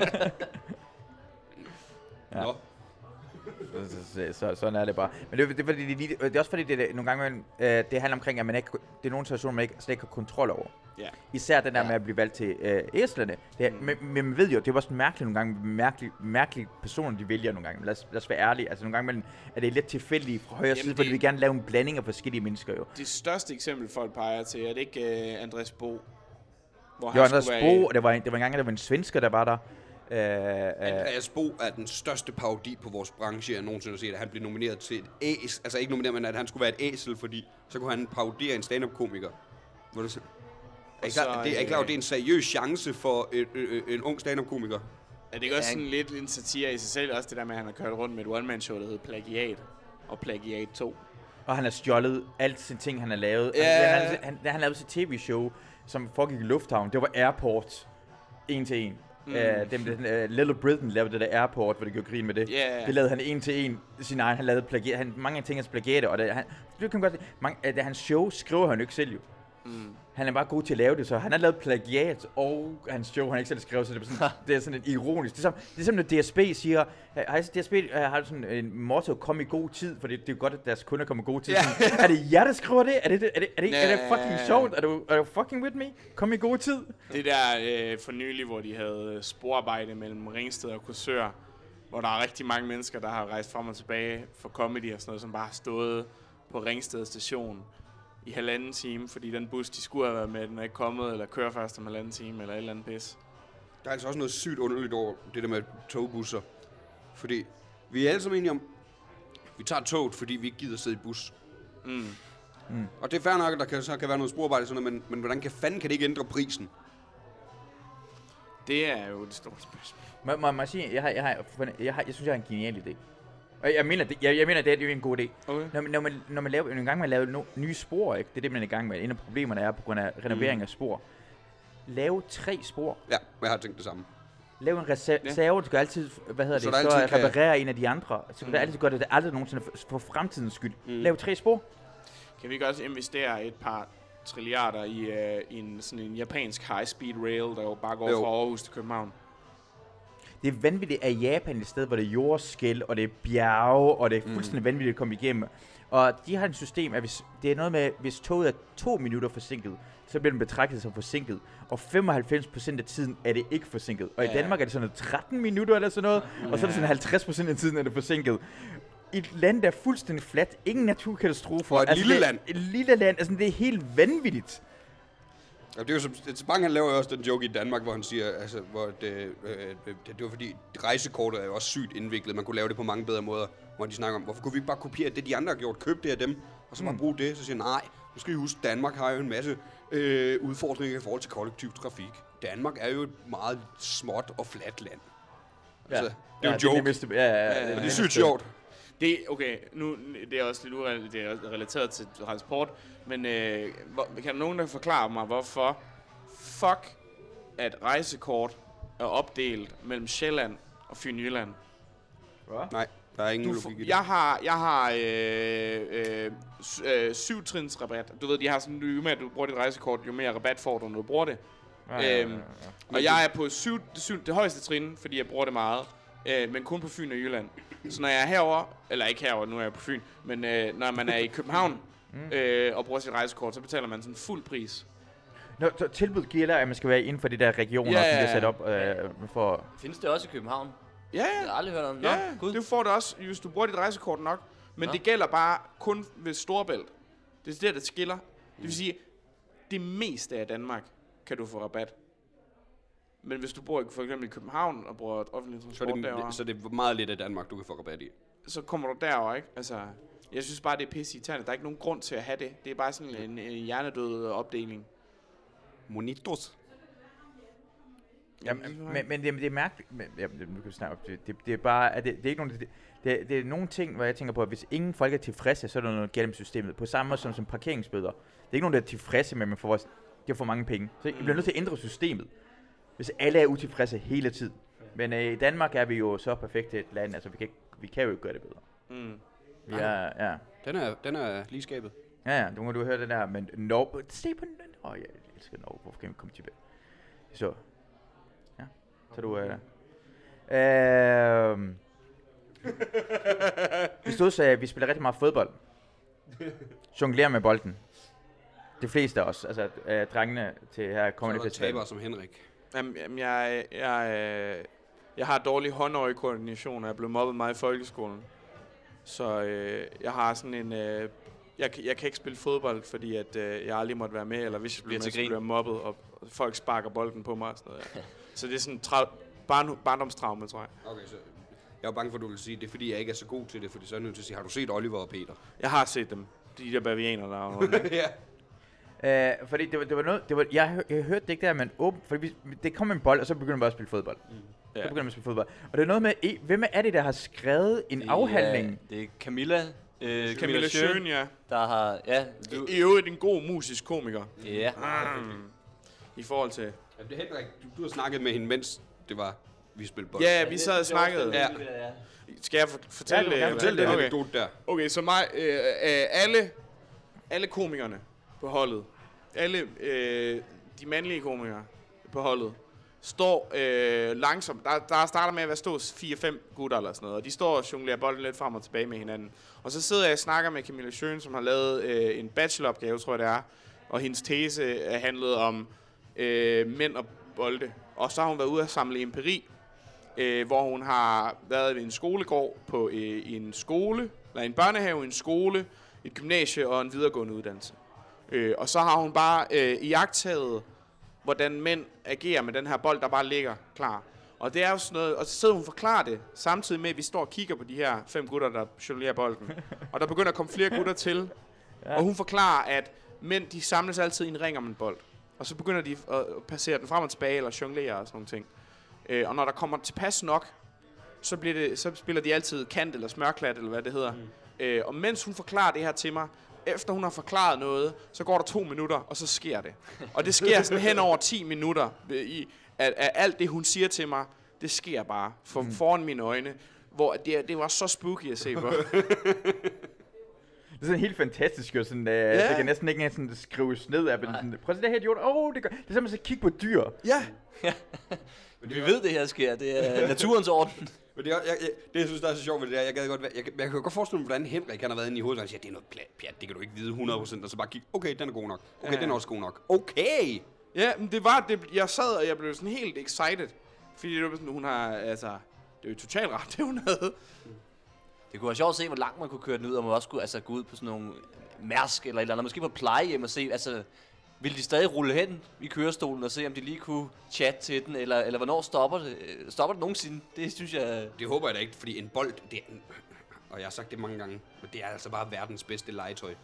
Ja. Nå. Så, så, så, sådan er det bare. Men det, er- det, er, fordi, det, det er også fordi, det, det nogle gange øh, det handler omkring, at man ikke, det er nogle situationer, man ikke, slet ikke har kontrol over. Ja. Især den der Ja. med at blive valgt til øh, æslerne. Det er, Mm. men, men man ved jo, det er også mærkeligt nogle gange, mærkelige, mærkelige personer, de vælger nogle gange. Lad os, lad os være ærlige. Altså nogle gange man, er det lidt tilfældigt fra højre Jamen, side, fordi det- vi gerne lave en blanding af forskellige mennesker jo. Det største eksempel, folk peger til, er det ikke uh, Andreas Bo? Hvor Jo, Andreas skulle Bo, være- og det var, en, det var en gang, der var en svensker, der var der. Uh, Andreas Bo er den største parodi på vores branche, jeg nogensinde har set, at han blev nomineret til et æs. Altså ikke nomineret, men at han skulle være et æsel, fordi så kunne han parodiere en stand-up-komiker. Hvor det er I klar, det er I klar, at det er en seriøs chance for et, øh, en ung stand-up-komiker? Er det ikke også sådan lidt en satire i sig selv, også det der med, at han har kørt rundt med et one-man-show, der hedder Plagiat og Plagiat to? Og han har stjålet alt sine ting, han har lavet. Ja. Altså, han, han, han, han lavede sit tv-show, som foregik i Lufthavn. Det var Airport. En til en. Mm. Uh, dem, den, uh, Little Britain lavede det der Airport, hvor det gjorde grin med det. Yeah. Det lavede han en til en. Sin egen, han lavede plagiat. Han, mange af tingene plagiater, og det, han, det kan man godt se. Mange, uh, det, hans show skriver han jo ikke selv jo. Mm. Han er bare god til at lave det, så han har lavet plagiat, og hans show, han ikke selv skrevet, så det er sådan, det er sådan en ironisk. Det er som, det er som når D S B siger, har D S B uh, har sådan en motto, kom i god tid, for det, det er jo godt, at deres kunder kommer i god tid. Yeah. Sådan, er det jer, der skriver det? Er det, er det, er det, yeah. er det fucking sjovt? Er du, er du fucking with me? Kom i god tid. Det der øh, for nylig, hvor de havde sporarbejde mellem Ringsted og Korsør, hvor der er rigtig mange mennesker, der har rejst frem og tilbage for comedy og sådan noget, som bare har stået på Ringsted station i halvanden time, fordi den bus, de skulle have været med, den er ikke kommet, eller kører først om halvanden time, eller et eller andet pis. Der er altså også noget sygt underligt over det der med togbusser. Fordi vi er alle sammen enige om, vi tager toget, fordi vi ikke gider sidde i bus. Mm. Mm. Og det er fair nok, at der kan, så kan være noget sporarbejde, sådan noget, men, men hvordan kan fanden kan det ikke ændre prisen? Det er jo det store spørgsmål. Må, må, må jeg sige, jeg, har, jeg, har, jeg, har, jeg synes, jeg har en genial idé. Og jeg mener, det, jeg, jeg mener, det er, det er en god idé. Okay. Når, når, man, når man laver, en gang med at lave no, nye spor, ikke? Det er det, man er i gang med. En af problemerne er på grund af renovering mm. af spor. Lave tre spor. Ja, jeg har tænkt det samme. Lav en reserve, du skal altid, hvad hedder så det, så kan reparere en af de andre. Så kan mm. du altid gøre det, det er aldrig nogensinde for fremtidens skyld. Mm. Lav tre spor. Kan vi ikke også investere et par trilliarder i, uh, i en, sådan en japansk high-speed rail, der jo bare går jo. fra Aarhus til København? Det er vanvittigt af Japan et sted, hvor det er jordskæl, og det er bjerge, og det er fuldstændig mm. vanvittigt at komme igennem. Og de har et system, at hvis, det er noget med, hvis toget er to minutter forsinket, så bliver den betragtet som forsinket. Og femoghalvfems procent af tiden er det ikke forsinket. Og ja. i Danmark er det sådan noget tretten minutter eller sådan noget, ja. og så er det sådan halvtreds procent af tiden er det forsinket. I et land, der er fuldstændig fladt, ingen naturkatastrofer. Og et altså, lille det, land. Et lille land, altså det er helt vanvittigt. Ja, det er jo som, Bang, han laver jo også den joke i Danmark, hvor han siger, altså, hvor det, øh, det, det var fordi, rejsekortet er jo også sygt indviklet, man kunne lave det på mange bedre måder, hvor de snakker om, hvorfor kunne vi ikke bare kopiere det, de andre har gjort, købe det af dem, og så bare mm. bruge det, så siger nej, nu skal I huske, Danmark har jo en masse øh, udfordringer i forhold til kollektiv trafik. Danmark er jo et meget småt og fladt land. Altså, ja. det er jo en joke, det er, ja, ja, ja, ja, og det er sygt sjovt. Det, okay, nu det er også lidt urelateret, det er relateret til transport, men øh, hvor, kan der nogen, der forklare mig, hvorfor fuck, at rejsekort er opdelt mellem Sjælland og Fyn-Jylland? Hvad? Nej, der er ingen du, logik i det. Jeg har, jeg har øh, øh, øh, syv trins rabat. Du ved, de har sådan, jo mere du bruger dit rejsekort, jo mere rabat får du, når du bruger det. Ja, ja, ja, ja. Øhm, og jeg er på syv, syv, det højeste trin, fordi jeg bruger det meget. Øh, men kun på Fyn og Jylland. Så når jeg er herover, eller ikke herover, nu er jeg på Fyn, men øh, når man er i København øh, og bruger sit rejsekort, så betaler man sådan fuld pris. Nå, så tilbud gælder, at man skal være inden for de der regioner, ja, som de har sat op øh, for... Findes det også i København? Ja, ja. Jeg har aldrig hørt om det. Ja, Nå, det får du også, hvis du bruger dit rejsekort nok. Men Nå. det gælder bare kun ved Storebælt. Det er det, der skiller. Det vil sige, det meste af Danmark kan du få rabat. Men hvis du bor for eksempel i København og bruger et offentligt transport så det, derovre, så det er meget lidt af Danmark, du kan få rabat i. Så kommer du derover, ikke? Altså, jeg synes bare, det er pisse irriterende. Der er ikke nogen grund til at have det. Det er bare sådan en, en hjernedød opdeling. Monitos. Jamen, men, men det, det er mærkeligt. Men, ja, det, nu kan vi snakke op. Det, det, det er bare, at det, det er ikke nogen, det, det, det er nogle ting, hvor jeg tænker på, at hvis ingen folk er tilfredse, så er der noget gennem systemet. På samme måde som, som parkeringsbøder. Det er ikke nogen, der er tilfredse med, at man får, de har for mange penge. Så I bliver nødt til at ændre systemet. Hvis alle er utilfredse hele tiden. Men øh, i Danmark er vi jo så perfekt et land, altså vi kan, vi kan jo ikke gøre det bedre. Mm. Vi er, ja. Den er, den er lige skabet. Ja, ja, nu må du høre den der, men no, se på den. Åh, oh, jeg elsker Norge, hvorfor kan vi komme tilbage? Så, ja, så du, øh, øh, vi stod så, vi spiller rigtig meget fodbold. Jonglerer med bolden. De fleste af os, altså øh, drengene til her Comedy Festival. Så er der taber som Henrik. Jamen, jamen jeg, jeg, jeg har dårlig håndøjekoordination, og jeg blev mobbet meget i folkeskolen. Så øh, jeg har sådan en... Øh, jeg, jeg kan ikke spille fodbold, fordi at, øh, jeg aldrig måtte være med, eller hvis jeg bliver med, så bliver jeg mobbet, og folk sparker bolden på mig og sådan noget. Ja. Så det er sådan tra- barn, barndomstraume, tror jeg. Okay, så jeg var bange for, at du ville sige, det er fordi, jeg ikke er så god til det, fordi så er jeg nødt til at sige, har du set Oliver og Peter? Jeg har set dem. De der bavianer, der er noget. Ja. Øh, fordi det var, det var noget, det var, jeg, hør, jeg hørte det ikke der, men åben, fordi vi, det kom en bold, og så begyndte man bare at spille fodbold. Mm. Ja. Så begyndte man at spille fodbold. Og det er noget med, e, hvem er det, der har skrevet en Det afhandling? Er, det er Camilla. Øh, Camilla Schön, ja. Der har, ja. Du, I øvrigt en god musisk komiker. ja. Mm. I forhold til... Ja, det er helt rigtigt. Du, du har snakket med hende, mens det var, vi spillede bold. Ja, vi sad og snakkede. Ja. Skal jeg for, fortælle Ja, du kan det? Fortæl den Okay. anekdote der. Okay, så mig, øh, øh, alle, alle komikerne på holdet, alle øh, de mandlige komikere på holdet, står øh, langsomt. Der, der starter med at være stå fire fem gutter eller sådan noget, og de står og jonglerer bolden lidt frem og tilbage med hinanden. Og så sidder jeg og snakker med Camilla Schön, som har lavet øh, en bacheloropgave, tror jeg det er, og hendes tese er handlet om øh, mænd og bolde. Og så har hun været ude at samle empiri, øh, hvor hun har været ved en skolegård på øh, en skole, eller en børnehave, en skole, et gymnasie og en videregående uddannelse. Øh, og så har hun bare øh, iagttaget, hvordan mænd agerer med den her bold, der bare ligger klar. Og det er jo sådan noget, og så sidder hun og forklarer det, samtidig med, at vi står og kigger på de her fem gutter, der jonglerer bolden. Og der begynder at komme flere gutter til, ja. Og hun forklarer, at mænd, de samles altid i en ring om en bold. Og så begynder de at passere den frem og tilbage, eller jonglere og sådan nogle ting. Øh, og når der kommer tilpas nok, så, bliver det, så spiller de altid kant eller smørklat, eller hvad det hedder. Mm. Øh, og mens hun forklarer det her til mig, efter hun har forklaret noget, så går der to minutter, og så sker det. Og det sker sådan hen over ti minutter, i, at, at alt det, hun siger til mig, det sker bare for, mm. foran mine øjne, hvor det, det var så spooky at se på. Det er sådan helt fantastisk, og sådan, øh, yeah. det kan næsten ikke sådan skrives ned af, men sådan, prøv at se det her idiot, åh, oh, det, gør, det er simpelthen så kigge på dyr. Ja. Vi ved, det her sker. Det er naturens orden. Men det, er, jeg, jeg, det, jeg synes, der er så sjovt ved det der, jeg gad godt, jeg, jeg, jeg kan godt forestille mig, hvordan Henrik han har været inde i hovedet, og siger, det er noget pjat, det kan du ikke vide hundrede procent, og så bare kigge, okay, den er god nok, okay, ja. Den er også god nok, okay! Ja, men det var, det, jeg sad, og jeg blev sådan helt excited, fordi det var sådan, hun har, altså, det er jo totalt ret, det hun havde. Det kunne være sjovt at se, hvor langt man kunne køre den ud, og man også kunne altså, gå ud på sådan nogle Mærsk eller et eller andet, måske på plejehjem og se, altså, ville de stadig rulle hen i kørestolen og se, om de lige kunne chatte til den, eller, eller hvornår stopper det? Stopper det nogensinde? Det synes jeg... Det håber jeg da ikke, fordi en bold, det er, og jeg har sagt det mange gange, men det er altså bare verdens bedste legetøj.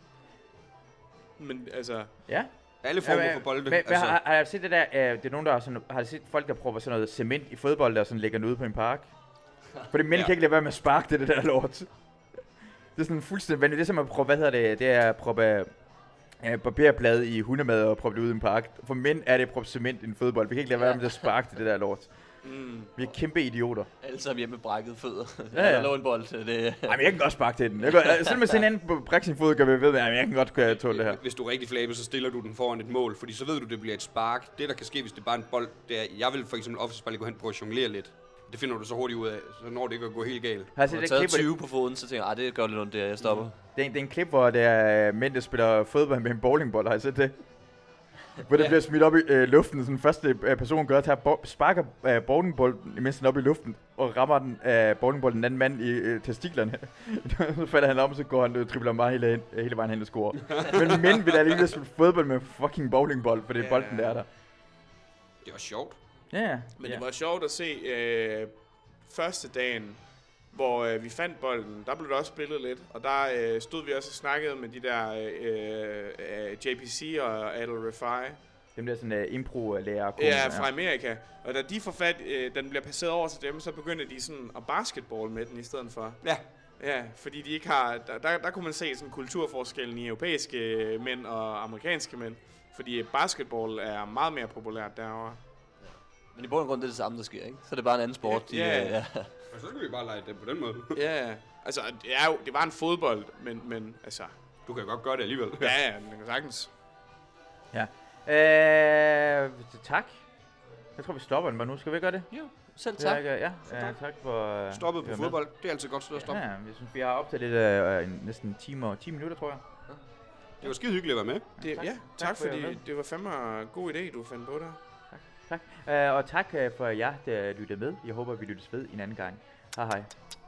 Men altså... Ja. Alle former ja, for bolde. Men, altså. har, har, har jeg set det der, øh, det er nogen, der har, sådan, har set folk, der prøver sådan noget cement i fodbold, der sådan ligger den ude på en park? Fordi mænd ja. kan ikke lade være med at sparke det, det der lort. Det er sådan fuldstændig vanligt. Det er som at prøve, hvad hedder det, det er at proppe ja, barberblad i hundemad og proppe det ud i en park. For mænd er det at proppe cement i en fodbold. Vi kan ikke lade være med at sparke det, det der lort. Mm. Vi er kæmpe idioter. Alle sammen hjemme med brækket fødder. Ja, ja. Der lå en bold. Det... Ej, men jeg kan godt sparke til den. Jeg kan, selvom jeg ser en anden på brække sin fod, kan vi ved, at jeg kan godt kunne tåle det her. Hvis du er rigtig flabet, så stiller du den foran et mål, fordi så ved du, det bliver et spark. Det, der kan ske, hvis det er bare en bold, det er, jeg vil for eksempel ofte bare lige gå hen på at jonglere lidt. Det finder du så hurtigt ud af, så når det ikke at gå helt galt. Har jeg taget tyve på foden, så tænker jeg, det gør lidt ondt der, jeg stopper. Mm. Det, er en, det er en klip, hvor det er mænd, der spiller fodbold med en bowlingbold. Har I set det? Hvor det ja. bliver smidt op i øh, luften. Den første øh, person gør, tager bo- sparker øh, bowlingbolden, imens den op i luften, og rammer den øh, bowlingbolden den anden mand i øh, testiklerne. Så falder han om, og så går han og tripler meget hele, hele vejen hen og scorer. Men mænd vil alligevel spille fodbold med fucking bowlingbold, for det er ja. bolden, der er der. Det var sjovt. Ja, ja. Men ja. det var sjovt at se øh, første dagen, hvor øh, vi fandt bolden. Der blev der også spillet lidt, og der øh, stod vi også og snakkede med de der øh, øh, J P C og Adel Rifai. Dem der sådan uh, impro-lærer. Ja, fra Amerika. Og da de får fat, øh, den bliver passeret over til dem, så begynder de sådan at basketball med den i stedet for. Ja. Ja, fordi de ikke har, der, der, der kunne man se sådan kulturforskellen i europæiske mænd og amerikanske mænd. Fordi basketball er meget mere populært derovre. Men i bund og grund det er det samme, der sker, ikke? Så er det bare en anden sport. Ja, de, ja. ja. Og så kan vi bare lege det på den måde. Ja, altså det, er jo, det var en fodbold, men, men altså... Du kan godt gøre det alligevel. Ja, ja, den kan sagtens. Ja. Øh, tak. Jeg tror, vi stopper den bare nu. Skal vi gøre det? Jo, selv tak. Ja, ja, ja, ja tak for... Uh, Stoppet på fodbold, det er altid godt sted at stoppe. Ja, jeg synes, vi har optaget lidt uh, næsten en time og ti minutter, tror jeg. Ja. Det var skide hyggeligt at være med. Det, ja, tak, tak, tak fordi det var fandme en god idé, du fandt på der. Tak. tak. Uh, og tak uh, for jer, der lyttede med. Jeg håber, vi lyttes ved en anden gang. Hej hej.